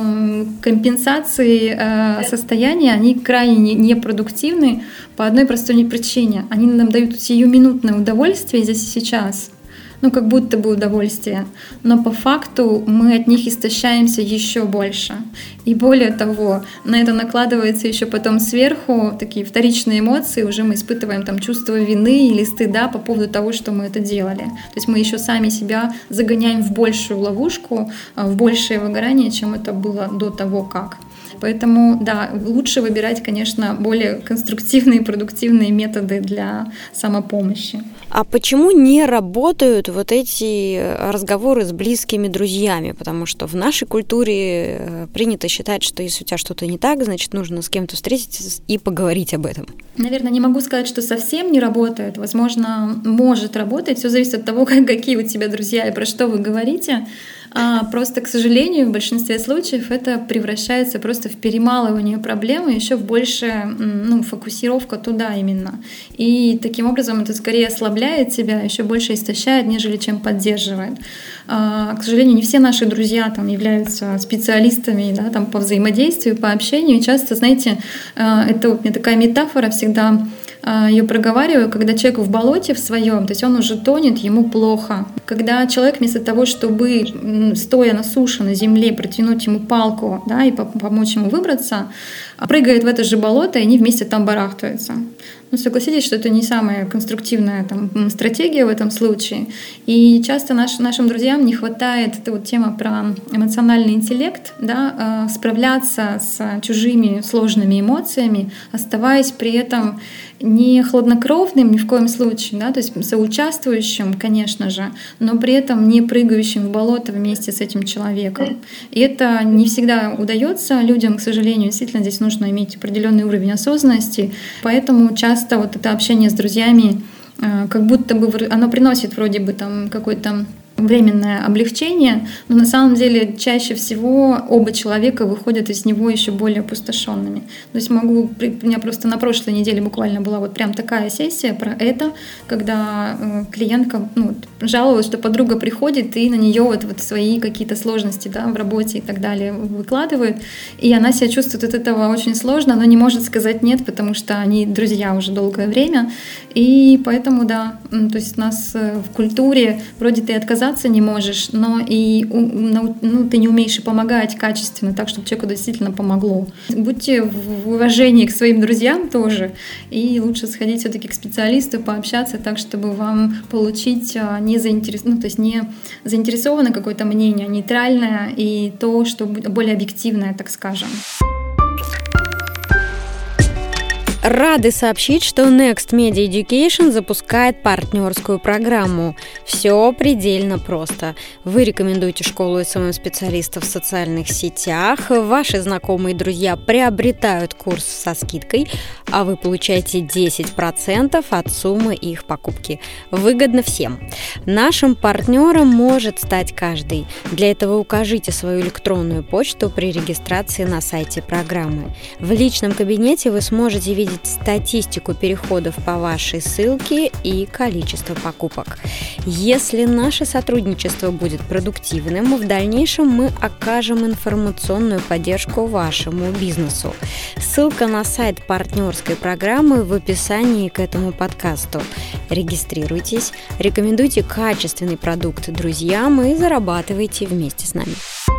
[SPEAKER 2] компенсации состояния, они крайне непродуктивны по одной простой причине. Они нам дают сиюминутное удовольствие здесь и сейчас, как будто бы удовольствие, но по факту мы от них истощаемся еще больше. И более того, на это накладывается еще потом сверху такие вторичные эмоции, уже мы испытываем чувство вины или стыда по поводу того, что мы это делали. То есть мы еще сами себя загоняем в большую ловушку, в большее выгорание, чем это было до того, как. Поэтому, да, лучше выбирать, конечно, более конструктивные, продуктивные методы для самопомощи.
[SPEAKER 1] А почему не работают эти разговоры с близкими друзьями? Потому что в нашей культуре принято считать, что если у тебя что-то не так, значит, нужно с кем-то встретиться и поговорить об этом.
[SPEAKER 2] Наверное, не могу сказать, что совсем не работает. Возможно, может работать. Все зависит от того, какие у тебя друзья и про что вы говорите. Просто, к сожалению, в большинстве случаев это превращается просто в перемалывание проблемы, еще в большее фокусировка туда именно. И таким образом это скорее ослабляет тебя, еще больше истощает, нежели чем поддерживает. К сожалению, не все наши друзья там являются специалистами, да, там, по взаимодействию, по общению. И часто, знаете, это вот мне такая метафора всегда, ее проговариваю, когда человек в болоте в своем, то есть он уже тонет, ему плохо. Когда человек вместо того, чтобы, стоя на суше, на земле, протянуть ему палку, да, и помочь ему выбраться, прыгает в это же болото, и они вместе там барахтаются. Ну, согласитесь, что это не самая конструктивная там стратегия в этом случае. И часто нашим друзьям не хватает, это вот тема про эмоциональный интеллект, да, справляться с чужими сложными эмоциями, оставаясь при этом не хладнокровным ни в коем случае, да, то есть соучаствующим, конечно же, но при этом не прыгающим в болото вместе с этим человеком. И это не всегда удается людям, к сожалению. Действительно, здесь нужно иметь определенный уровень осознанности, поэтому часто вот это общение с друзьями, как будто бы оно приносит вроде бы там какой-то временное облегчение, но на самом деле чаще всего оба человека выходят из него еще более опустошенными. То есть у меня просто на прошлой неделе буквально была вот прям такая сессия про это, когда клиентка жаловалась, что подруга приходит и на нее вот свои какие-то сложности, да, в работе и так далее выкладывает, и она себя чувствует от этого очень сложно, но не может сказать нет, потому что они друзья уже долгое время, и поэтому, да, то есть у нас в культуре вроде ты отказался не можешь, но и ты не умеешь и помогать качественно, так, чтобы человеку действительно помогло. Будьте в уважении к своим друзьям тоже, и лучше сходить все-таки к специалисту, пообщаться так, чтобы вам получить не заинтересованное какое-то мнение, а нейтральное и то, что более объективное, так скажем.
[SPEAKER 1] Рады сообщить, что Next Media Education запускает партнерскую программу. Все предельно просто. Вы рекомендуете школу СММ-специалистов в социальных сетях, ваши знакомые и друзья приобретают курс со скидкой, а вы получаете 10% от суммы их покупки. Выгодно всем. Нашим партнером может стать каждый. Для этого укажите свою электронную почту при регистрации на сайте программы. В личном кабинете вы сможете видеть статистику переходов по вашей ссылке и количество покупок. Если наше сотрудничество будет продуктивным, в дальнейшем мы окажем информационную поддержку вашему бизнесу. Ссылка на сайт партнерской программы в описании к этому подкасту. Регистрируйтесь, рекомендуйте качественный продукт друзьям и зарабатывайте вместе с нами.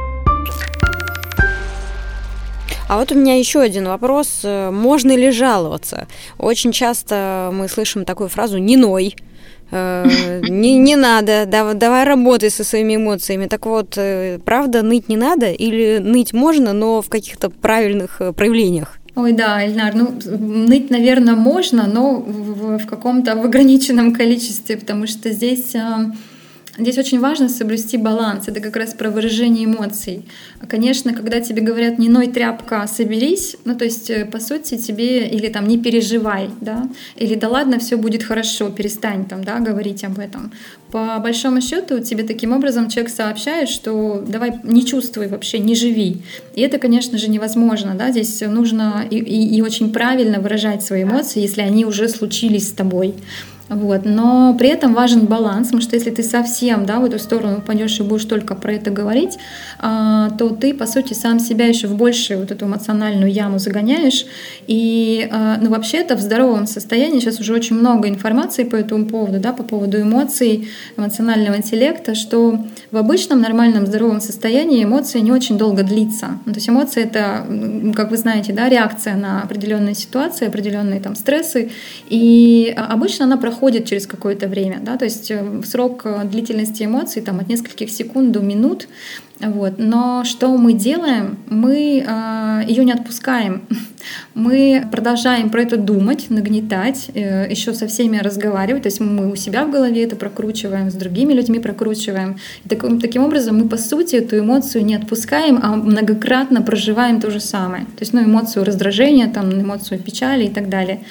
[SPEAKER 1] А вот у меня еще один вопрос. Можно ли жаловаться? Очень часто мы слышим такую фразу «не ной». Не надо, давай работай со своими эмоциями. Так вот, правда, ныть не надо или ныть можно, но в каких-то правильных проявлениях?
[SPEAKER 2] Ой, да, Ильнар, ныть, наверное, можно, но в каком-то ограниченном количестве, потому что здесь очень важно соблюсти баланс. Это как раз про выражение эмоций. Конечно, когда тебе говорят «не ной, тряпка, соберись», то есть, по сути, тебе или там «не переживай», да, или «да ладно, все будет хорошо, перестань там, да, говорить об этом». По большому счету тебе таким образом человек сообщает, что давай не чувствуй вообще, не живи. И это, конечно же, невозможно. Да? Здесь нужно и очень правильно выражать свои эмоции, если они уже случились с тобой. Вот. Но при этом важен баланс, потому что если ты совсем, да, в эту сторону пойдешь и будешь только про это говорить, то ты, по сути, сам себя еще в большую вот эту эмоциональную яму загоняешь. И вообще-то в здоровом состоянии сейчас уже очень много информации по этому поводу, да, по поводу эмоций, эмоционального интеллекта, что в обычном нормальном здоровом состоянии эмоции не очень долго длится. То есть эмоции — это, как вы знаете, да, реакция на определенные ситуации, определенные там стрессы, и обычно она проходит через какое-то время, да, то есть срок длительности эмоций там, от нескольких секунд до минут. Вот. Но что мы делаем? Мы ее не отпускаем. Мы продолжаем про это думать, нагнетать, еще со всеми разговаривать. То есть мы у себя в голове это прокручиваем, с другими людьми прокручиваем. И таким образом мы, по сути, эту эмоцию не отпускаем, а многократно проживаем то же самое. То есть эмоцию раздражения, там, эмоцию печали и так далее.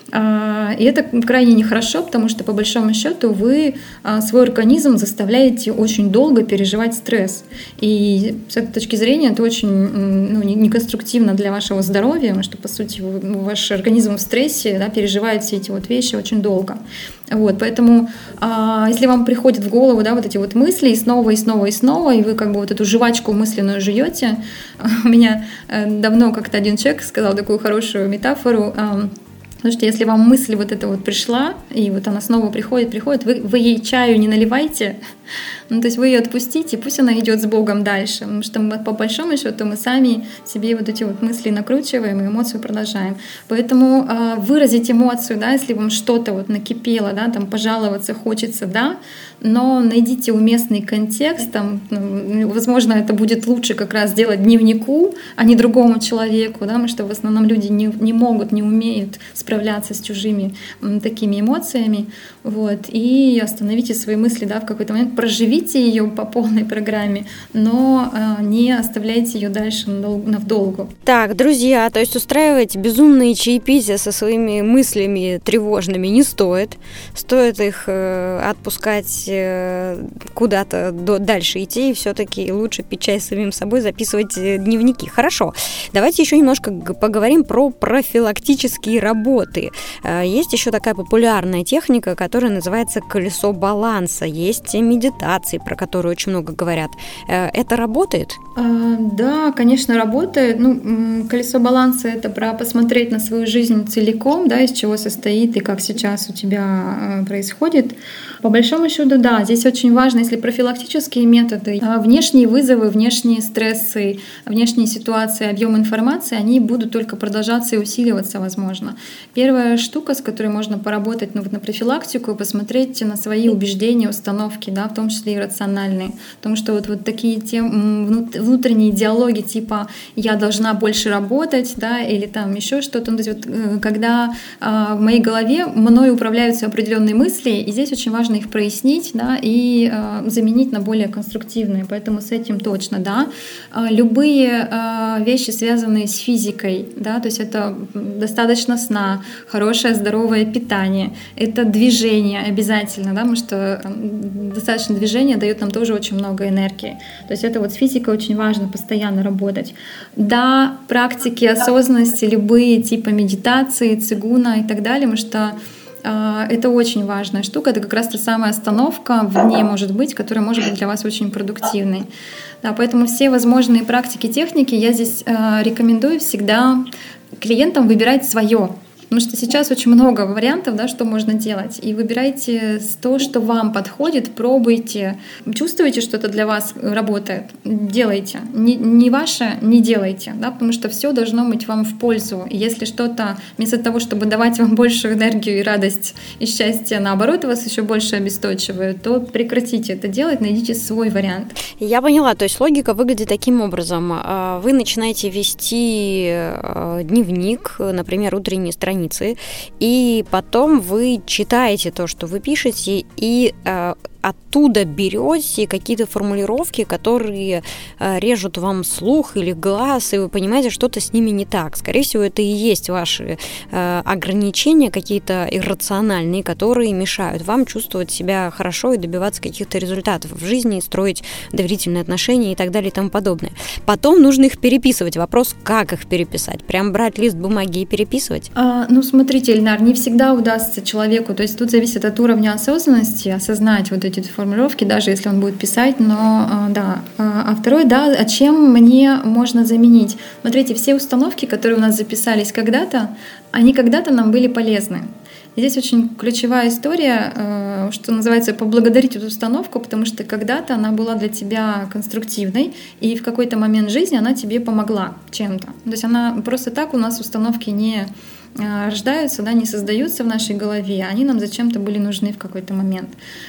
[SPEAKER 2] И это крайне нехорошо, потому что, по большому счету, вы свой организм заставляете очень долго переживать стресс. И с этой точки зрения это очень неконструктивно для вашего здоровья, потому что, по сути, ваш организм в стрессе, да, переживает все эти вот вещи очень долго. Вот, поэтому, если вам приходят в голову, да, вот эти вот мысли и снова, и снова, и снова, и вы как бы вот эту жвачку мысленную жуете, у меня давно как-то один человек сказал такую хорошую метафору, потому что если вам мысль вот эта вот пришла, и вот она снова приходит, вы ей чаю не наливайте, то есть вы ее отпустите, пусть она идет с Богом дальше, потому что по большому счету мы сами себе вот эти вот мысли накручиваем и эмоцию продолжаем. Поэтому выразить эмоцию, да, если вам что-то вот накипело, да, там пожаловаться хочется, да, но найдите уместный контекст, там, возможно, это будет лучше как раз сделать дневнику, а не другому человеку, да, потому что в основном люди не могут, не умеют справляться с чужими такими эмоциями, вот, и остановите свои мысли, да, в какой-то момент, проживите ее по полной программе, но не оставляйте ее дальше надолго.
[SPEAKER 1] Так, друзья, то есть устраивать безумные чаепития со своими мыслями тревожными не стоит. Стоит их отпускать куда-то дальше идти, и все-таки лучше пить чай с самим собой, записывать дневники. Хорошо, давайте еще немножко поговорим про профилактические работы. Есть еще такая популярная техника, которая называется колесо баланса. Есть медитации, про которые очень много говорят. Это работает?
[SPEAKER 2] Да, конечно, работает. Колесо баланса — это про посмотреть на свою жизнь целиком, да, из чего состоит и как сейчас у тебя происходит. По большому счету, да, здесь очень важно, если профилактические методы, внешние вызовы, внешние стрессы, внешние ситуации, объем информации, они будут только продолжаться и усиливаться, возможно. Первая штука, с которой можно поработать на профилактику, посмотреть на свои убеждения, установки, да, в том числе и рациональные. Потому что вот такие внутренние диалоги типа «я должна больше работать», да, или там еще что-то, когда в моей голове мной управляются определенные мысли, и здесь очень важно их прояснить, да, и заменить на более конструктивные. Поэтому с этим точно, да. Любые вещи, связанные с физикой, да, то есть это достаточно сна, хорошее здоровое питание, это движение обязательно, да, потому что достаточно движения дает нам тоже очень много энергии. То есть это вот с физикой очень важно постоянно работать. Да, практики осознанности, любые типы медитации, цигуна и так далее, потому что это очень важная штука, это как раз та самая остановка в дне, может быть, которая может быть для вас очень продуктивной. Да, поэтому все возможные практики, техники я здесь рекомендую всегда клиентам выбирать свое. Потому что сейчас очень много вариантов, да, что можно делать. И выбирайте то, что вам подходит, пробуйте. Чувствуете, что это для вас работает? Делайте. Не ваше, не делайте. Да, потому что все должно быть вам в пользу. И если что-то, вместо того, чтобы давать вам большую энергию и радость и счастье, наоборот, вас еще больше обесточивает, то прекратите это делать, найдите свой вариант.
[SPEAKER 1] Я поняла. То есть логика выглядит таким образом. Вы начинаете вести дневник, например, утренние страницы, и потом вы читаете то, что вы пишете, и оттуда берете какие-то формулировки, которые режут вам слух или глаз, и вы понимаете, что-то с ними не так. Скорее всего, это и есть ваши ограничения какие-то иррациональные, которые мешают вам чувствовать себя хорошо и добиваться каких-то результатов в жизни, строить доверительные отношения и так далее и тому подобное. Потом нужно их переписывать. Вопрос, как их переписать? Прям брать лист бумаги и переписывать?
[SPEAKER 2] Смотрите, Эльнар, не всегда удастся человеку, то есть тут зависит от уровня осознанности, осознать вот эти формулировки, даже если он будет писать, но да. А второе, да, а чем мне можно заменить? Смотрите, все установки, которые у нас записались когда-то, они когда-то нам были полезны. И здесь очень ключевая история, что называется, поблагодарить эту установку, потому что когда-то она была для тебя конструктивной, и в какой-то момент жизни она тебе помогла чем-то. То есть она просто так у нас установки не рождаются, да, не создаются в нашей голове, они нам зачем-то были нужны в какой-то момент.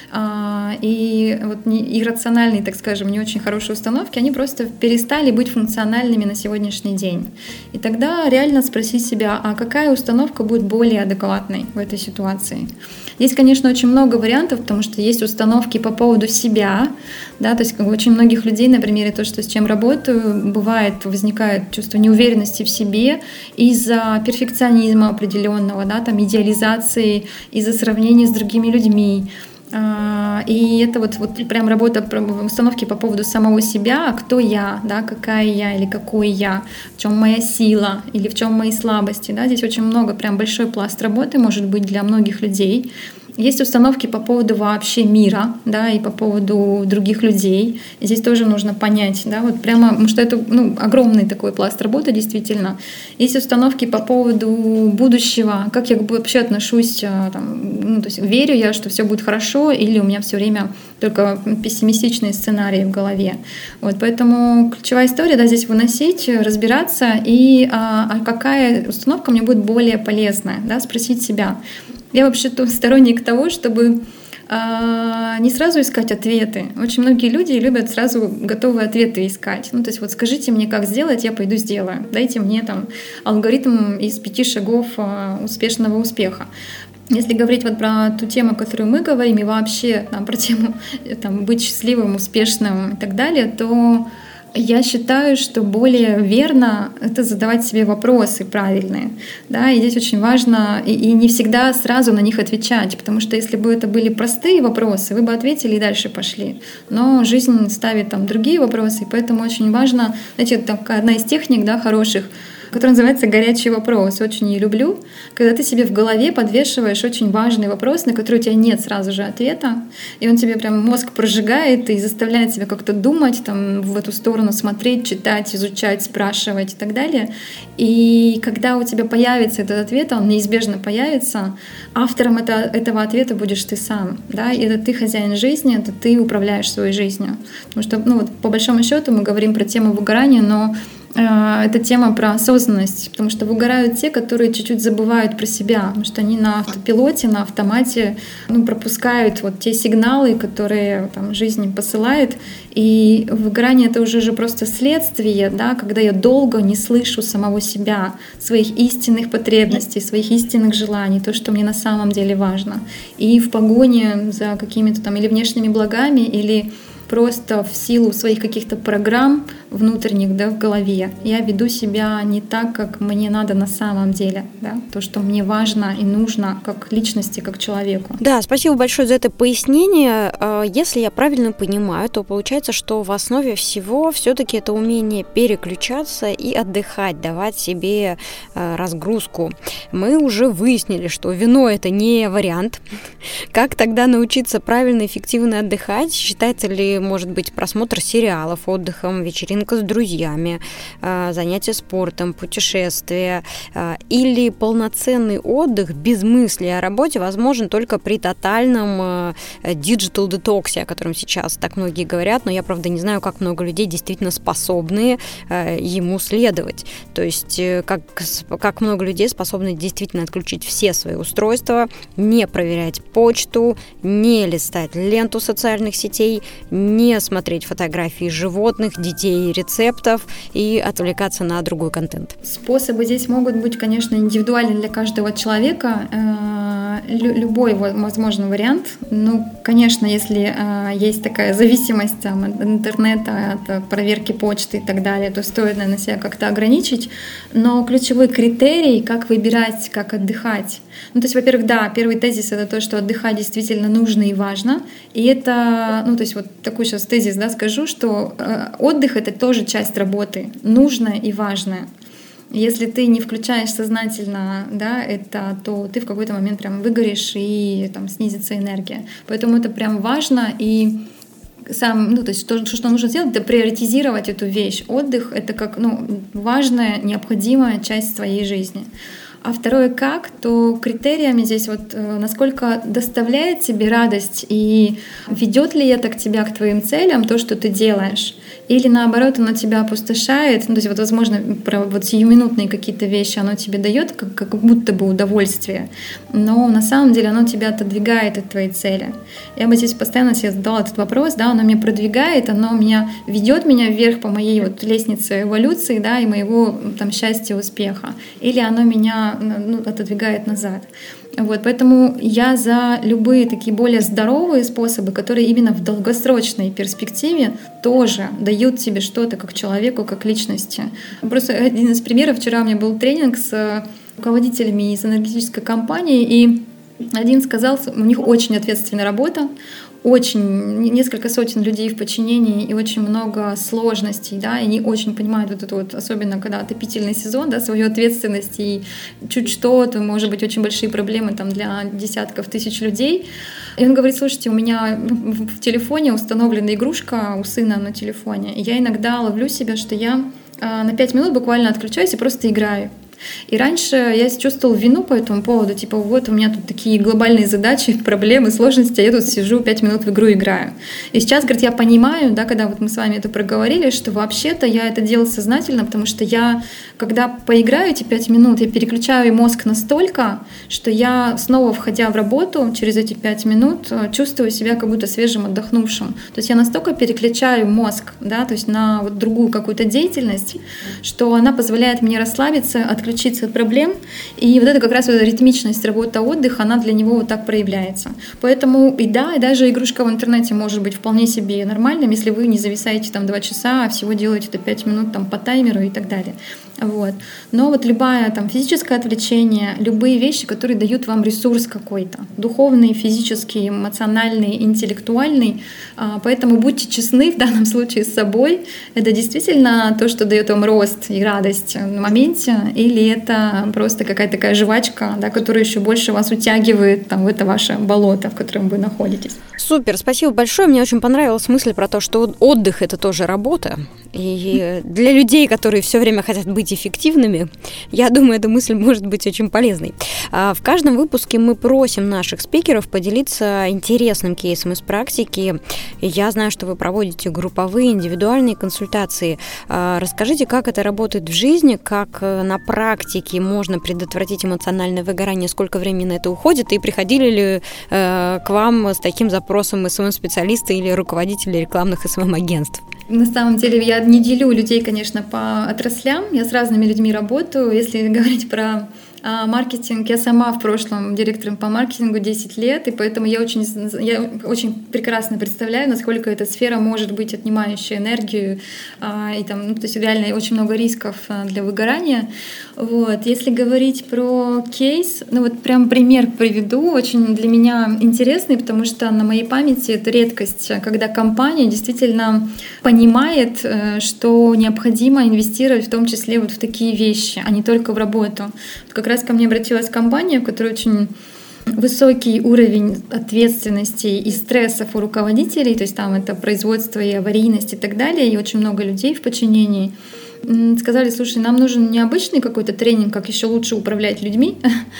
[SPEAKER 2] И вот иррациональные, так скажем, не очень хорошие установки, они просто перестали быть функциональными на сегодняшний день. И тогда реально спросить себя, а какая установка будет более адекватной в этой ситуации? Здесь, конечно, очень много вариантов, потому что есть установки по поводу себя, да, то есть как бы очень многих людей, например, то, что с чем работаю, бывает, возникает чувство неуверенности в себе из-за перфекционизма, перфекционизма определенного, да, там идеализации из-за сравнения с другими людьми. И это вот прям работа в установке по поводу самого себя, кто я, да, какая я или какой я, в чем моя сила или в чем мои слабости. Да. Здесь очень много, прям большой пласт работы может быть для многих людей. Есть установки по поводу вообще мира, да, и по поводу других людей. И здесь тоже нужно понять, да, вот прямо, потому что это огромный такой пласт работы, действительно. Есть установки по поводу будущего, как я вообще отношусь, там, то есть верю я, что все будет хорошо, или у меня все время только пессимистичные сценарии в голове. Вот, поэтому ключевая история, да, здесь выносить, разбираться, и какая установка мне будет более полезная, да, спросить себя. Я вообще сторонник того, чтобы не сразу искать ответы. Очень многие люди любят сразу готовые ответы искать. То есть вот скажите мне, как сделать, я пойду сделаю. Дайте мне там алгоритм из 5 шагов успешного успеха. Если говорить вот про ту тему, о которой мы говорим, и вообще про тему там, быть счастливым, успешным и так далее, то я считаю, что более верно это задавать себе вопросы правильные. Да? И здесь очень важно и не всегда сразу на них отвечать, потому что если бы это были простые вопросы, вы бы ответили и дальше пошли. Но жизнь ставит там другие вопросы, и поэтому очень важно, знаете, такая одна из техник, да, хороших, который называется «горячий вопрос». Очень ее люблю. Когда ты себе в голове подвешиваешь очень важный вопрос, на который у тебя нет сразу же ответа, и он тебе прям мозг прожигает и заставляет тебя как-то думать, там, в эту сторону смотреть, читать, изучать, спрашивать и так далее. И когда у тебя появится этот ответ, он неизбежно появится, автором этого ответа будешь ты сам. Да? И это ты хозяин жизни, это ты управляешь своей жизнью. Потому что вот, по большому счету мы говорим про тему выгорания, но это тема про осознанность, потому что выгорают те, которые чуть-чуть забывают про себя, потому что они на автопилоте, на автомате пропускают вот те сигналы, которые там, жизнь посылает. И выгорание — это уже же просто следствие, да, когда я долго не слышу самого себя, своих истинных потребностей, своих истинных желаний, то, что мне на самом деле важно. И в погоне за какими-то там или внешними благами, или просто в силу своих каких-то программ внутренних, да, в голове я веду себя не так, как мне надо на самом деле, да, то, что мне важно и нужно как личности, как человеку.
[SPEAKER 1] Да, спасибо большое за это пояснение. Если я правильно понимаю, то получается, что в основе всего все-таки это умение переключаться и отдыхать, давать себе разгрузку. Мы уже выяснили, что вино — это не вариант. Как тогда научиться правильно, эффективно отдыхать? Считается ли, может быть, просмотр сериалов отдыхом, вечеринка с друзьями, занятия спортом, путешествия, или полноценный отдых без мысли о работе возможен только при тотальном digital детоксе, о котором сейчас так многие говорят, но я, правда, не знаю, как много людей действительно способны ему следовать. То есть как много людей способны действительно отключить все свои устройства, не проверять почту, не листать ленту социальных сетей, не смотреть фотографии животных, детей, рецептов и отвлекаться на другой контент.
[SPEAKER 2] Способы здесь могут быть, конечно, индивидуальны для каждого человека. Любой возможный вариант. Конечно, если есть такая зависимость там, от интернета, от проверки почты и так далее, то стоит, наверное, себя как-то ограничить. Но ключевой критерий, как выбирать, как отдыхать. То есть, во-первых, да, первый тезис — это то, что отдыхать действительно нужно и важно. И это, то есть вот такой сейчас тезис, да, скажу, что отдых — это тоже часть работы, нужная и важная. Если ты не включаешь сознательно, да, это, то ты в какой-то момент прям выгоришь и там снизится энергия. Поэтому это прям важно. И то есть что нужно сделать, это приоритизировать эту вещь. Отдых — это как важная, необходимая часть своей жизни. А второе, то критериями здесь вот насколько доставляет тебе радость и ведет ли это тебя к твоим целям, то, что ты делаешь, или наоборот оно тебя опустошает, то есть вот возможно про вот сиюминутные какие-то вещи оно тебе дает как будто бы удовольствие, но на самом деле оно тебя отодвигает от твоей цели. Я бы здесь постоянно себе задала этот вопрос, да, оно меня продвигает, оно ведет меня вверх по моей вот лестнице эволюции, да, и моего там счастья, успеха, или оно меня отодвигает назад. Вот, поэтому я за любые такие более здоровые способы, которые именно в долгосрочной перспективе тоже дают тебе что-то как человеку, как личности. Просто один из примеров. Вчера у меня был тренинг с руководителями из энергетической компании, и один сказал, у них очень ответственная работа, несколько сотен людей в подчинении и очень много сложностей, да, и они очень понимают вот это вот, особенно когда отопительный сезон, да, свою ответственность, и чуть что, то может быть очень большие проблемы там для десятков тысяч людей. И он говорит: слушайте, у меня в телефоне установлена игрушка у сына на телефоне, и я иногда ловлю себя, что я на 5 минут буквально отключаюсь и просто играю. И раньше я чувствовала вину по этому поводу, типа вот у меня тут такие глобальные задачи, проблемы, сложности, а я тут сижу 5 минут в игру играю. И сейчас, говорит, я понимаю, да, когда вот мы с вами это проговорили, что вообще-то я это делала сознательно, потому что я, когда поиграю эти 5 минут, я переключаю мозг настолько, что я снова, входя в работу, через эти 5 минут чувствую себя как будто свежим, отдохнувшим. То есть я настолько переключаю мозг, да, то есть на вот другую какую-то деятельность, что она позволяет мне расслабиться, отключиться от проблем, и вот это как раз вот ритмичность работа-отдых, она для него вот так проявляется. Поэтому и даже игрушка в интернете может быть вполне себе нормальным, если вы не зависаете там 2 часа, а всего делаете это 5 минут там по таймеру и так далее. Вот. Но вот любое там физическое отвлечение, любые вещи, которые дают вам ресурс какой-то, духовный, физический, эмоциональный, интеллектуальный, поэтому будьте честны в данном случае с собой. Это действительно то, что дает вам рост и радость в моменте, или это просто какая-то такая жвачка, да, которая еще больше вас утягивает там, в это ваше болото, в котором вы находитесь.
[SPEAKER 1] Супер, спасибо большое. Мне очень понравилась мысль про то, что отдых — это тоже работа. И для людей, которые все время хотят быть эффективными, я думаю, эта мысль может быть очень полезной. В каждом выпуске мы просим наших спикеров поделиться интересным кейсом из практики. Я знаю, что вы проводите групповые, индивидуальные консультации. Расскажите, как это работает в жизни, как на практике можно предотвратить эмоциональное выгорание, сколько времени на это уходит, и приходили ли к вам с таким запросом СММ-специалисты или руководители рекламных СММ-агентств?
[SPEAKER 2] На самом деле я не делю людей, конечно, по отраслям. Я с разными людьми работаю. Если говорить про маркетинг, я сама в прошлом директором по маркетингу 10 лет, и поэтому я очень прекрасно представляю, насколько эта сфера может быть отнимающей энергию, и там, то есть реально очень много рисков для выгорания. Вот. Если говорить про кейс, вот прям пример приведу, очень для меня интересный, потому что на моей памяти это редкость, когда компания действительно понимает, что необходимо инвестировать в том числе вот в такие вещи, а не только в работу. Как раз ко мне обратилась компания, в которой очень высокий уровень ответственности и стрессов у руководителей, то есть там это производство и аварийность и так далее, и очень много людей в подчинении. Сказали: слушай, нам нужен не обычный какой-то тренинг, как еще лучше управлять людьми,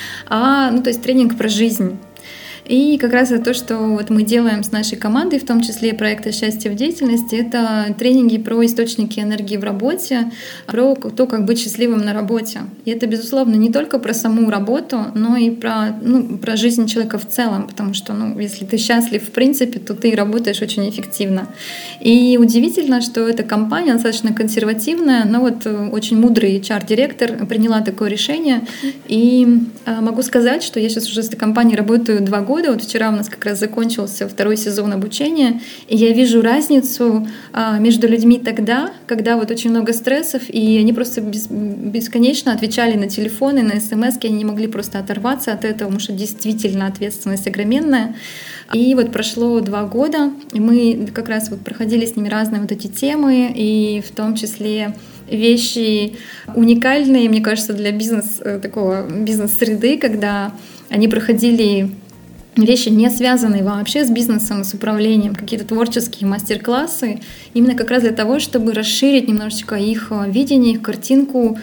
[SPEAKER 2] то есть тренинг про жизнь. И как раз это то, что вот мы делаем с нашей командой, в том числе проекта «Счастье в деятельности», это тренинги про источники энергии в работе, про то, как быть счастливым на работе. И это, безусловно, не только про саму работу, но и про жизнь человека в целом, потому что если ты счастлив в принципе, то ты работаешь очень эффективно. И удивительно, что эта компания достаточно консервативная, но вот очень мудрый HR-директор приняла такое решение. И могу сказать, что я сейчас уже с этой компанией работаю 2 года. Вот вчера у нас как раз закончился 2-й сезон обучения, и я вижу разницу между людьми тогда, когда вот очень много стрессов, и они просто бесконечно отвечали на телефоны, на смс-ки, они не могли просто оторваться от этого, потому что действительно ответственность огроменная. И вот прошло 2 года, и мы как раз вот проходили с ними разные вот эти темы, и в том числе вещи уникальные, мне кажется, для бизнес-среды, когда они проходили вещи, не связанные вообще с бизнесом, с управлением, какие-то творческие мастер-классы, именно как раз для того, чтобы расширить немножечко их видение, их картинку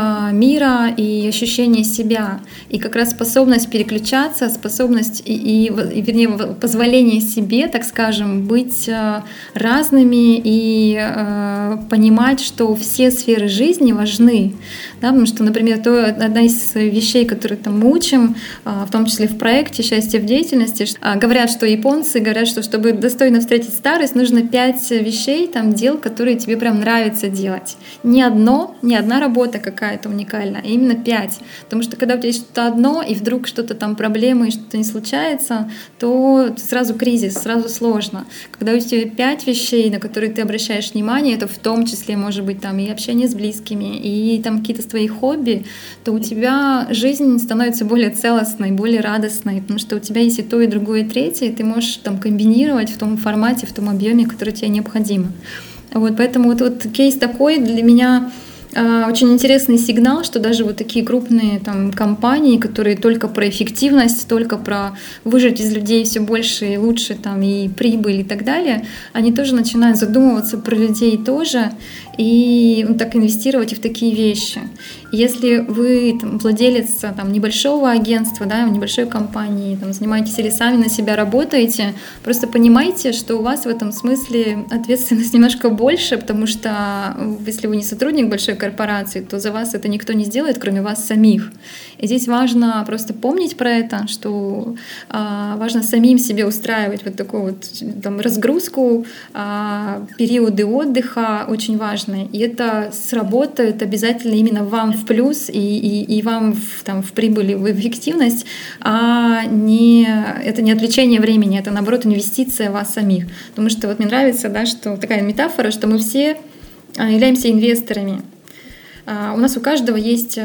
[SPEAKER 2] мира и ощущение себя. И как раз способность переключаться, способность вернее, позволение себе, так скажем, быть разными и понимать, что все сферы жизни важны. Да, потому что, например, одна из вещей, которые там мы учим, в том числе в проекте «Счастье в деятельности», говорят, что японцы говорят, что чтобы достойно встретить старость, нужно 5 вещей, дел, которые тебе прям нравится делать. Не одна работа какая-то уникальная, а именно 5. Потому что когда у тебя есть что-то одно, и вдруг что-то там проблемы, и что-то не случается, то сразу кризис, сразу сложно. Когда у тебя 5 вещей, на которые ты обращаешь внимание, это в том числе может быть там и общение с близкими, и там какие-то твоих хобби, то у тебя жизнь становится более целостной, более радостной, потому что у тебя есть и то, и другое, и третье, и ты можешь там комбинировать в том формате, в том объеме, который тебе необходимо. Вот, поэтому вот кейс такой для меня очень интересный сигнал, что даже вот такие крупные там компании, которые только про эффективность, только про выжать из людей все больше и лучше там, и прибыль и так далее, они тоже начинают задумываться про людей тоже и так инвестировать и в такие вещи. Если вы там, владелец там, небольшого агентства, да, небольшой компании, там, занимаетесь или сами на себя работаете, просто понимайте, что у вас в этом смысле ответственность немножко больше, потому что если вы не сотрудник большой корпорации, то за вас это никто не сделает, кроме вас самих. И здесь важно просто помнить про это, что важно самим себе устраивать вот такую вот там, разгрузку, периоды отдыха очень важны. И это сработает обязательно именно вам в плюс и вам в прибыль, в эффективность, это не отвлечение времени, это наоборот инвестиция в вас самих. Потому что вот мне нравится, да, что такая метафора, что мы все являемся инвесторами. У нас у каждого есть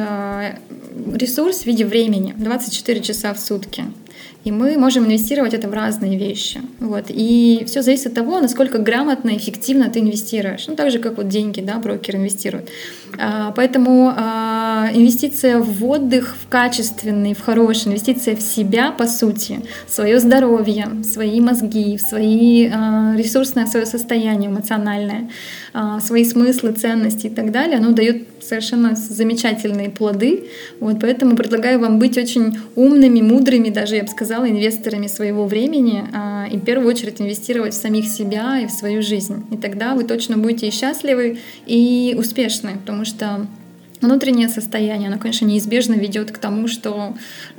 [SPEAKER 2] ресурс в виде времени, 24 часа в сутки. И мы можем инвестировать это в разные вещи. Вот. И все зависит от того, насколько грамотно и эффективно ты инвестируешь. Так же, как вот деньги, да, брокер инвестирует. Поэтому инвестиция в отдых, в качественный, в хороший, инвестиция в себя, по сути, в свое здоровье, в свои мозги, в свои ресурсное свое состояние эмоциональное, свои смыслы, ценности и так далее, оно дает совершенно замечательные плоды. Вот. Поэтому предлагаю вам быть очень умными, мудрыми, даже, я бы сказала, инвесторами своего времени и в первую очередь инвестировать в самих себя и в свою жизнь. И тогда вы точно будете и счастливы, и успешны, потому что внутреннее состояние, оно, конечно, неизбежно ведет к тому, что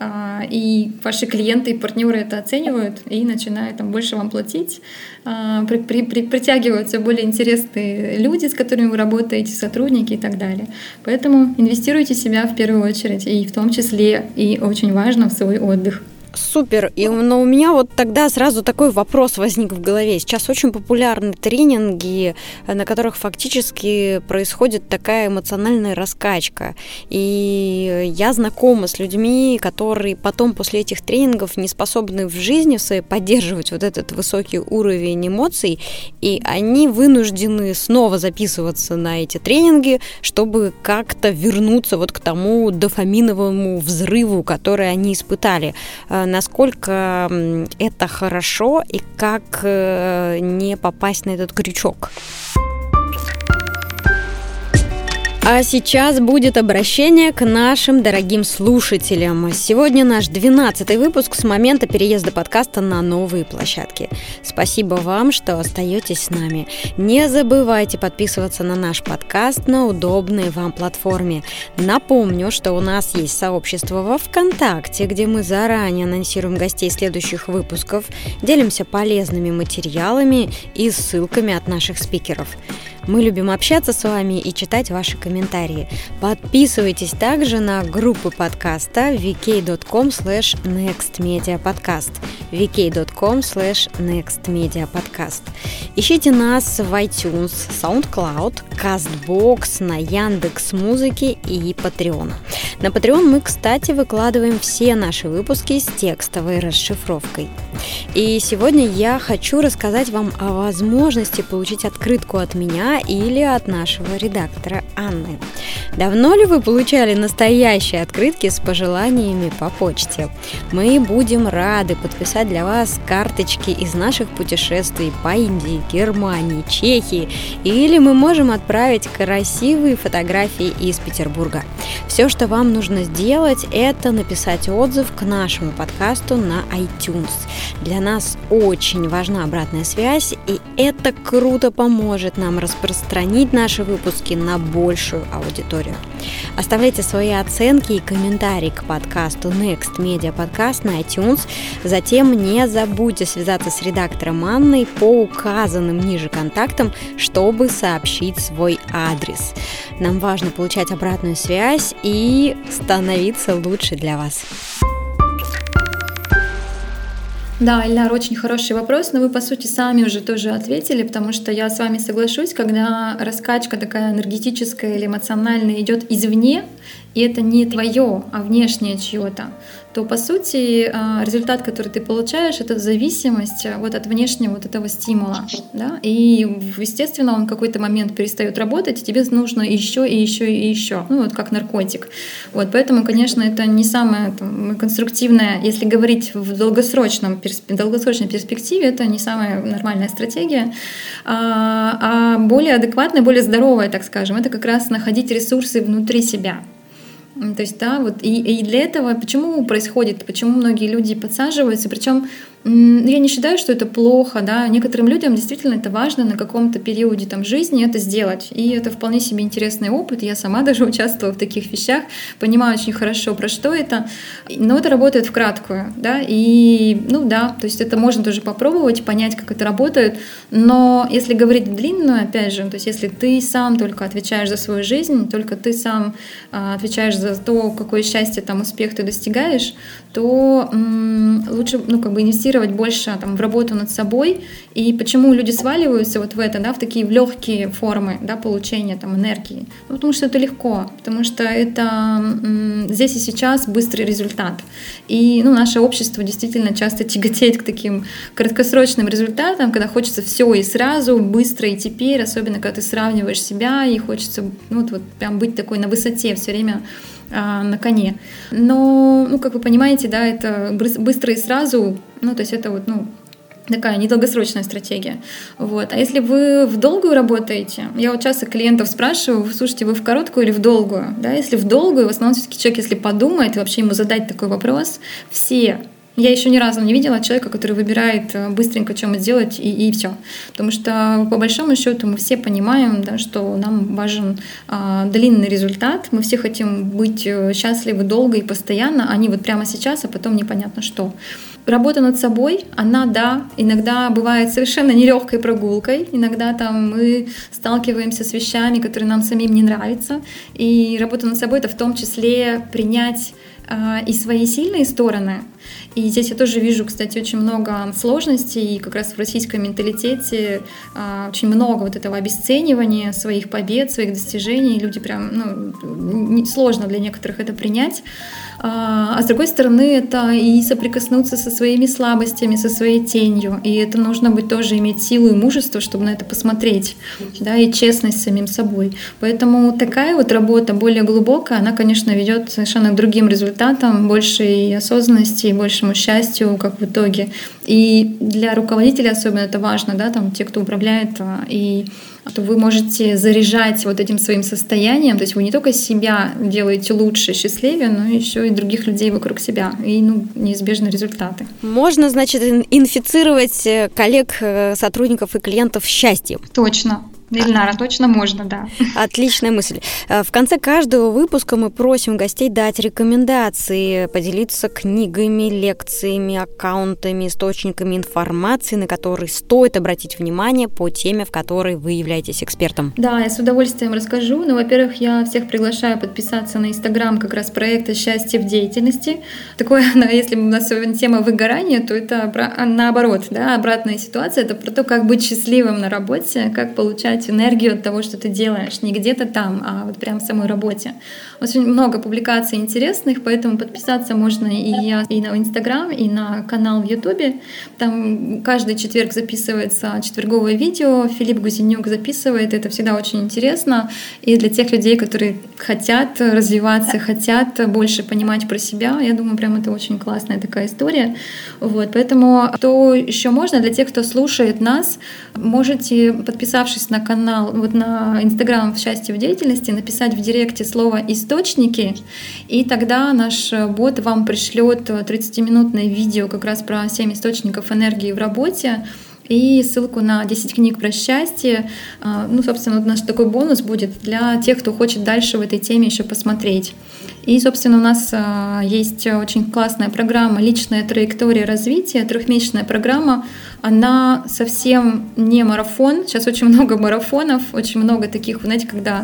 [SPEAKER 2] и ваши клиенты, и партнеры это оценивают и начинают там больше вам платить, притягиваются более интересные люди, с которыми вы работаете, сотрудники и так далее. Поэтому инвестируйте в себя в первую очередь, и в том числе, и очень важно, в свой отдых.
[SPEAKER 1] Супер. Но у меня вот тогда сразу такой вопрос возник в голове. Сейчас очень популярны тренинги, на которых фактически происходит такая эмоциональная раскачка. И я знакома с людьми, которые потом после этих тренингов не способны в жизни своей поддерживать вот этот высокий уровень эмоций, и они вынуждены снова записываться на эти тренинги, чтобы как-то вернуться вот к тому дофаминовому взрыву, который они испытали. Насколько это хорошо и как не попасть на этот крючок? А сейчас будет обращение к нашим дорогим слушателям. Сегодня наш 12-й выпуск с момента переезда подкаста на новые площадки. Спасибо вам, что остаетесь с нами. Не забывайте подписываться на наш подкаст на удобной вам платформе. Напомню, что у нас есть сообщество во ВКонтакте, где мы заранее анонсируем гостей следующих выпусков, делимся полезными материалами и ссылками от наших спикеров. Мы любим общаться с вами и читать ваши комментарии. Подписывайтесь также на группы подкаста vk.com/nextmediapodcast vk.com/nextmediapodcast. Ищите нас в iTunes, SoundCloud, CastBox, на Яндекс.Музыке и Patreon. На Patreon мы, кстати, выкладываем все наши выпуски с текстовой расшифровкой. И сегодня я хочу рассказать вам о возможности получить открытку от меня или от нашего редактора Анны. Давно ли вы получали настоящие открытки с пожеланиями по почте? Мы будем рады подписать для вас карточки из наших путешествий по Индии, Германии, Чехии, или мы можем отправить красивые фотографии из Петербурга. Все, что вам нужно сделать, это написать отзыв к нашему подкасту на iTunes. Для нас очень важна обратная связь, и это круто поможет нам распространить наши выпуски на большую аудиторию. Оставляйте свои оценки и комментарии к подкасту Next Media Podcast на iTunes. Затем не забудьте связаться с редактором Анной по указанным ниже контактам, чтобы сообщить свой адрес. Нам важно получать обратную связь и становиться лучше для вас.
[SPEAKER 2] Да, Ильнар, очень хороший вопрос, но вы, по сути, сами уже тоже ответили, потому что я с вами соглашусь, когда раскачка такая энергетическая или эмоциональная идет извне, и это не твое, а внешнее чье-то, то, по сути, результат, который ты получаешь, это зависимость вот от внешнего вот этого стимула. Да? И, естественно, он в какой-то момент перестает работать, и тебе нужно еще и еще и еще. Ну, вот как наркотик. Вот, поэтому, конечно, это не самое конструктивное, если говорить в долгосрочной перспективе, это не самая нормальная стратегия, а более адекватная, более здоровая, так скажем, это как раз находить ресурсы внутри себя. То есть, да, вот и для этого почему многие люди подсаживаются, причем я не считаю, что это плохо, да, некоторым людям действительно это важно на каком-то периоде там жизни это сделать, и это вполне себе интересный опыт, я сама даже участвовала в таких вещах, понимаю очень хорошо, про что это, но это работает в краткую, да, и, то есть это можно тоже попробовать, понять, как это работает, но если говорить длинную, опять же, то есть если ты сам только отвечаешь за свою жизнь, только ты сам отвечаешь за то, какое счастье, там, успех ты достигаешь, то лучше, инвестировать больше в работу над собой. И почему люди сваливаются вот в это, в такие легкие формы, получения энергии? Потому что это легко, потому что это здесь и сейчас быстрый результат. И наше общество действительно часто тяготеет к таким краткосрочным результатам, когда хочется все и сразу, быстро и теперь, особенно когда ты сравниваешь себя и хочется прям быть такой на высоте все время на коне. Но, как вы понимаете, да, это быстро и сразу, то есть это такая недолгосрочная стратегия. Вот. А если вы в долгую работаете, я часто клиентов спрашиваю, слушайте, вы в короткую или в долгую? Да, если в долгую, в основном все-таки человек, если подумает, и вообще ему задать такой вопрос, я еще ни разу не видела человека, который выбирает быстренько чем сделать и все. Потому что по большому счету мы все понимаем, да, что нам важен длинный результат. Мы все хотим быть счастливы долго и постоянно, а не вот прямо сейчас, а потом непонятно что. Работа над собой, она, иногда бывает совершенно нелегкой прогулкой. Иногда мы сталкиваемся с вещами, которые нам самим не нравятся. И работа над собой — это в том числе принять и свои сильные стороны. И здесь я тоже вижу, кстати, очень много сложностей, и как раз в российском менталитете очень много вот этого обесценивания своих побед, своих достижений. Люди прям, сложно для некоторых это принять. А с другой стороны, это и соприкоснуться со своими слабостями, со своей тенью. И это нужно быть тоже иметь силу и мужество, чтобы на это посмотреть, да, и честность с самим собой. Поэтому такая вот работа более глубокая, она, конечно, ведет совершенно к другим результатам, большей осознанности, большему счастью, как в итоге. И для руководителя особенно это важно, да, те, кто управляет, и то вы можете заряжать вот этим своим состоянием, то есть вы не только себя делаете лучше, счастливее, но еще и других людей вокруг себя, и неизбежны результаты.
[SPEAKER 1] Можно, значит, инфицировать коллег, сотрудников и клиентов счастьем.
[SPEAKER 2] Точно. Ильнара, точно можно, да.
[SPEAKER 1] Отличная мысль. В конце каждого выпуска мы просим гостей дать рекомендации, поделиться книгами, лекциями, аккаунтами, источниками информации, на которые стоит обратить внимание по теме, в которой вы являетесь экспертом.
[SPEAKER 2] Да, я с удовольствием расскажу. Во-первых, я всех приглашаю подписаться на Инстаграм как раз проекта «Счастье в деятельности». Такое, если у нас сегодня тема выгорания, то это наоборот, да, обратная ситуация. Это про то, как быть счастливым на работе, как получать энергию от того, что ты делаешь, не где-то там, а вот прям в самой работе. Очень много публикаций интересных, поэтому подписаться можно и на Инстаграм, и на канал в Ютубе. Там каждый четверг записывается четверговое видео, Филипп Гузенюк записывает, это всегда очень интересно. И для тех людей, которые хотят развиваться, хотят больше понимать про себя, я думаю, прям это очень классная такая история. Вот, поэтому что еще можно, для тех, кто слушает нас, можете, подписавшись на канал, вот на Инстаграм «Счастье в деятельности», написать в директе слово «источники», и тогда наш бот вам пришлет 30-минутное видео как раз про 7 источников энергии в работе и ссылку на 10 книг про счастье. Собственно, вот наш такой бонус будет для тех, кто хочет дальше в этой теме еще посмотреть. И, собственно, у нас есть очень классная программа «Личная траектория развития», 3-месячная программа. Она совсем не марафон. Сейчас очень много марафонов, очень много таких, знаете, когда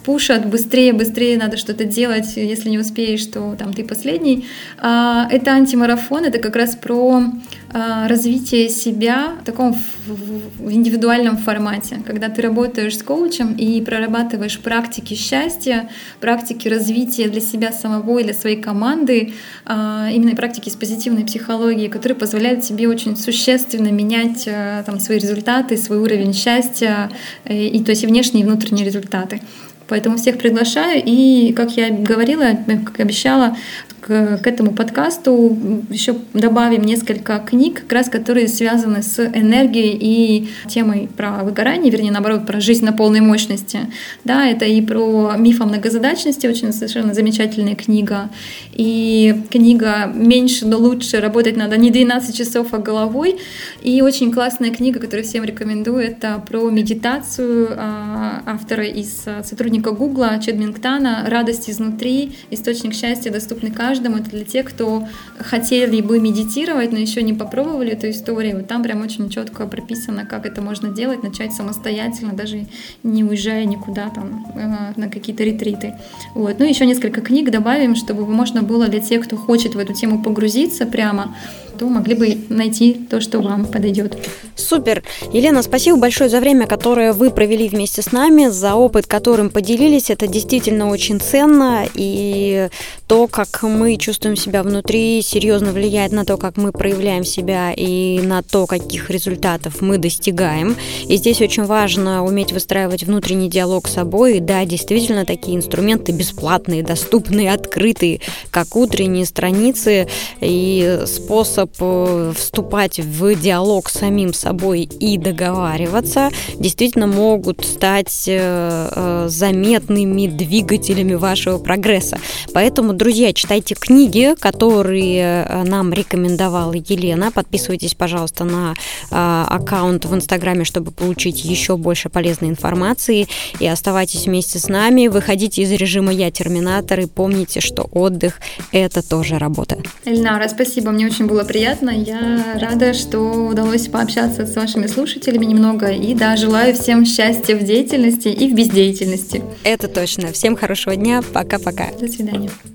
[SPEAKER 2] пушат быстрее, надо что-то делать, если не успеешь, то там ты последний. Это антимарафон, это как раз про развитие себя в таком в индивидуальном формате, когда ты работаешь с коучем и прорабатываешь практики счастья, практики развития для себя самого и для своей команды, именно практики с позитивной психологией, которые позволяют тебе очень существенно менять там, свои результаты, свой уровень счастья, и, то есть и внешние, и внутренние результаты. Поэтому всех приглашаю. И, как я говорила, как обещала, к этому подкасту еще добавим несколько книг, как раз которые связаны с энергией и темой про выгорание, вернее, наоборот, про жизнь на полной мощности. Да, это и про миф о многозадачности, очень совершенно замечательная книга. И книга «Меньше, но лучше. Работать надо не 12 часов, а головой». И очень классная книга, которую всем рекомендую, это про медитацию автора из сотрудника Гугла Чет Бингтона «Радость изнутри. Источник счастья, доступный каждому». Это для тех, кто хотели бы медитировать, но еще не попробовали эту историю. Вот там прям очень четко прописано, как это можно делать, начать самостоятельно, даже не уезжая никуда там на какие-то ретриты. Вот. Ну, еще несколько книг добавим, чтобы можно было для тех, кто хочет в эту тему погрузиться прямо, то могли бы найти то, что вам подойдет.
[SPEAKER 1] Супер! Елена, спасибо большое за время, которое вы провели вместе с нами, за опыт, которым поделились. Это действительно очень ценно, и то, как мы чувствуем себя внутри, серьезно влияет на то, как мы проявляем себя и на то, каких результатов мы достигаем. И здесь очень важно уметь выстраивать внутренний диалог с собой. И да, действительно, такие инструменты бесплатные, доступные, открытые, как утренние страницы, и способ вступать в диалог с самим собой и договариваться действительно могут стать заметными двигателями вашего прогресса. Поэтому, друзья, читайте книги, которые нам рекомендовала Елена. Подписывайтесь, пожалуйста, на аккаунт в Инстаграме, чтобы получить еще больше полезной информации. И оставайтесь вместе с нами. Выходите из режима «Я терминатор» и помните, что отдых – это тоже работа.
[SPEAKER 2] Эльнара, спасибо. Мне очень было приятно. Я рада, что удалось пообщаться с вашими слушателями немного. И да, желаю всем счастья в деятельности и в бездеятельности.
[SPEAKER 1] Это точно. Всем хорошего дня. Пока-пока.
[SPEAKER 2] До свидания.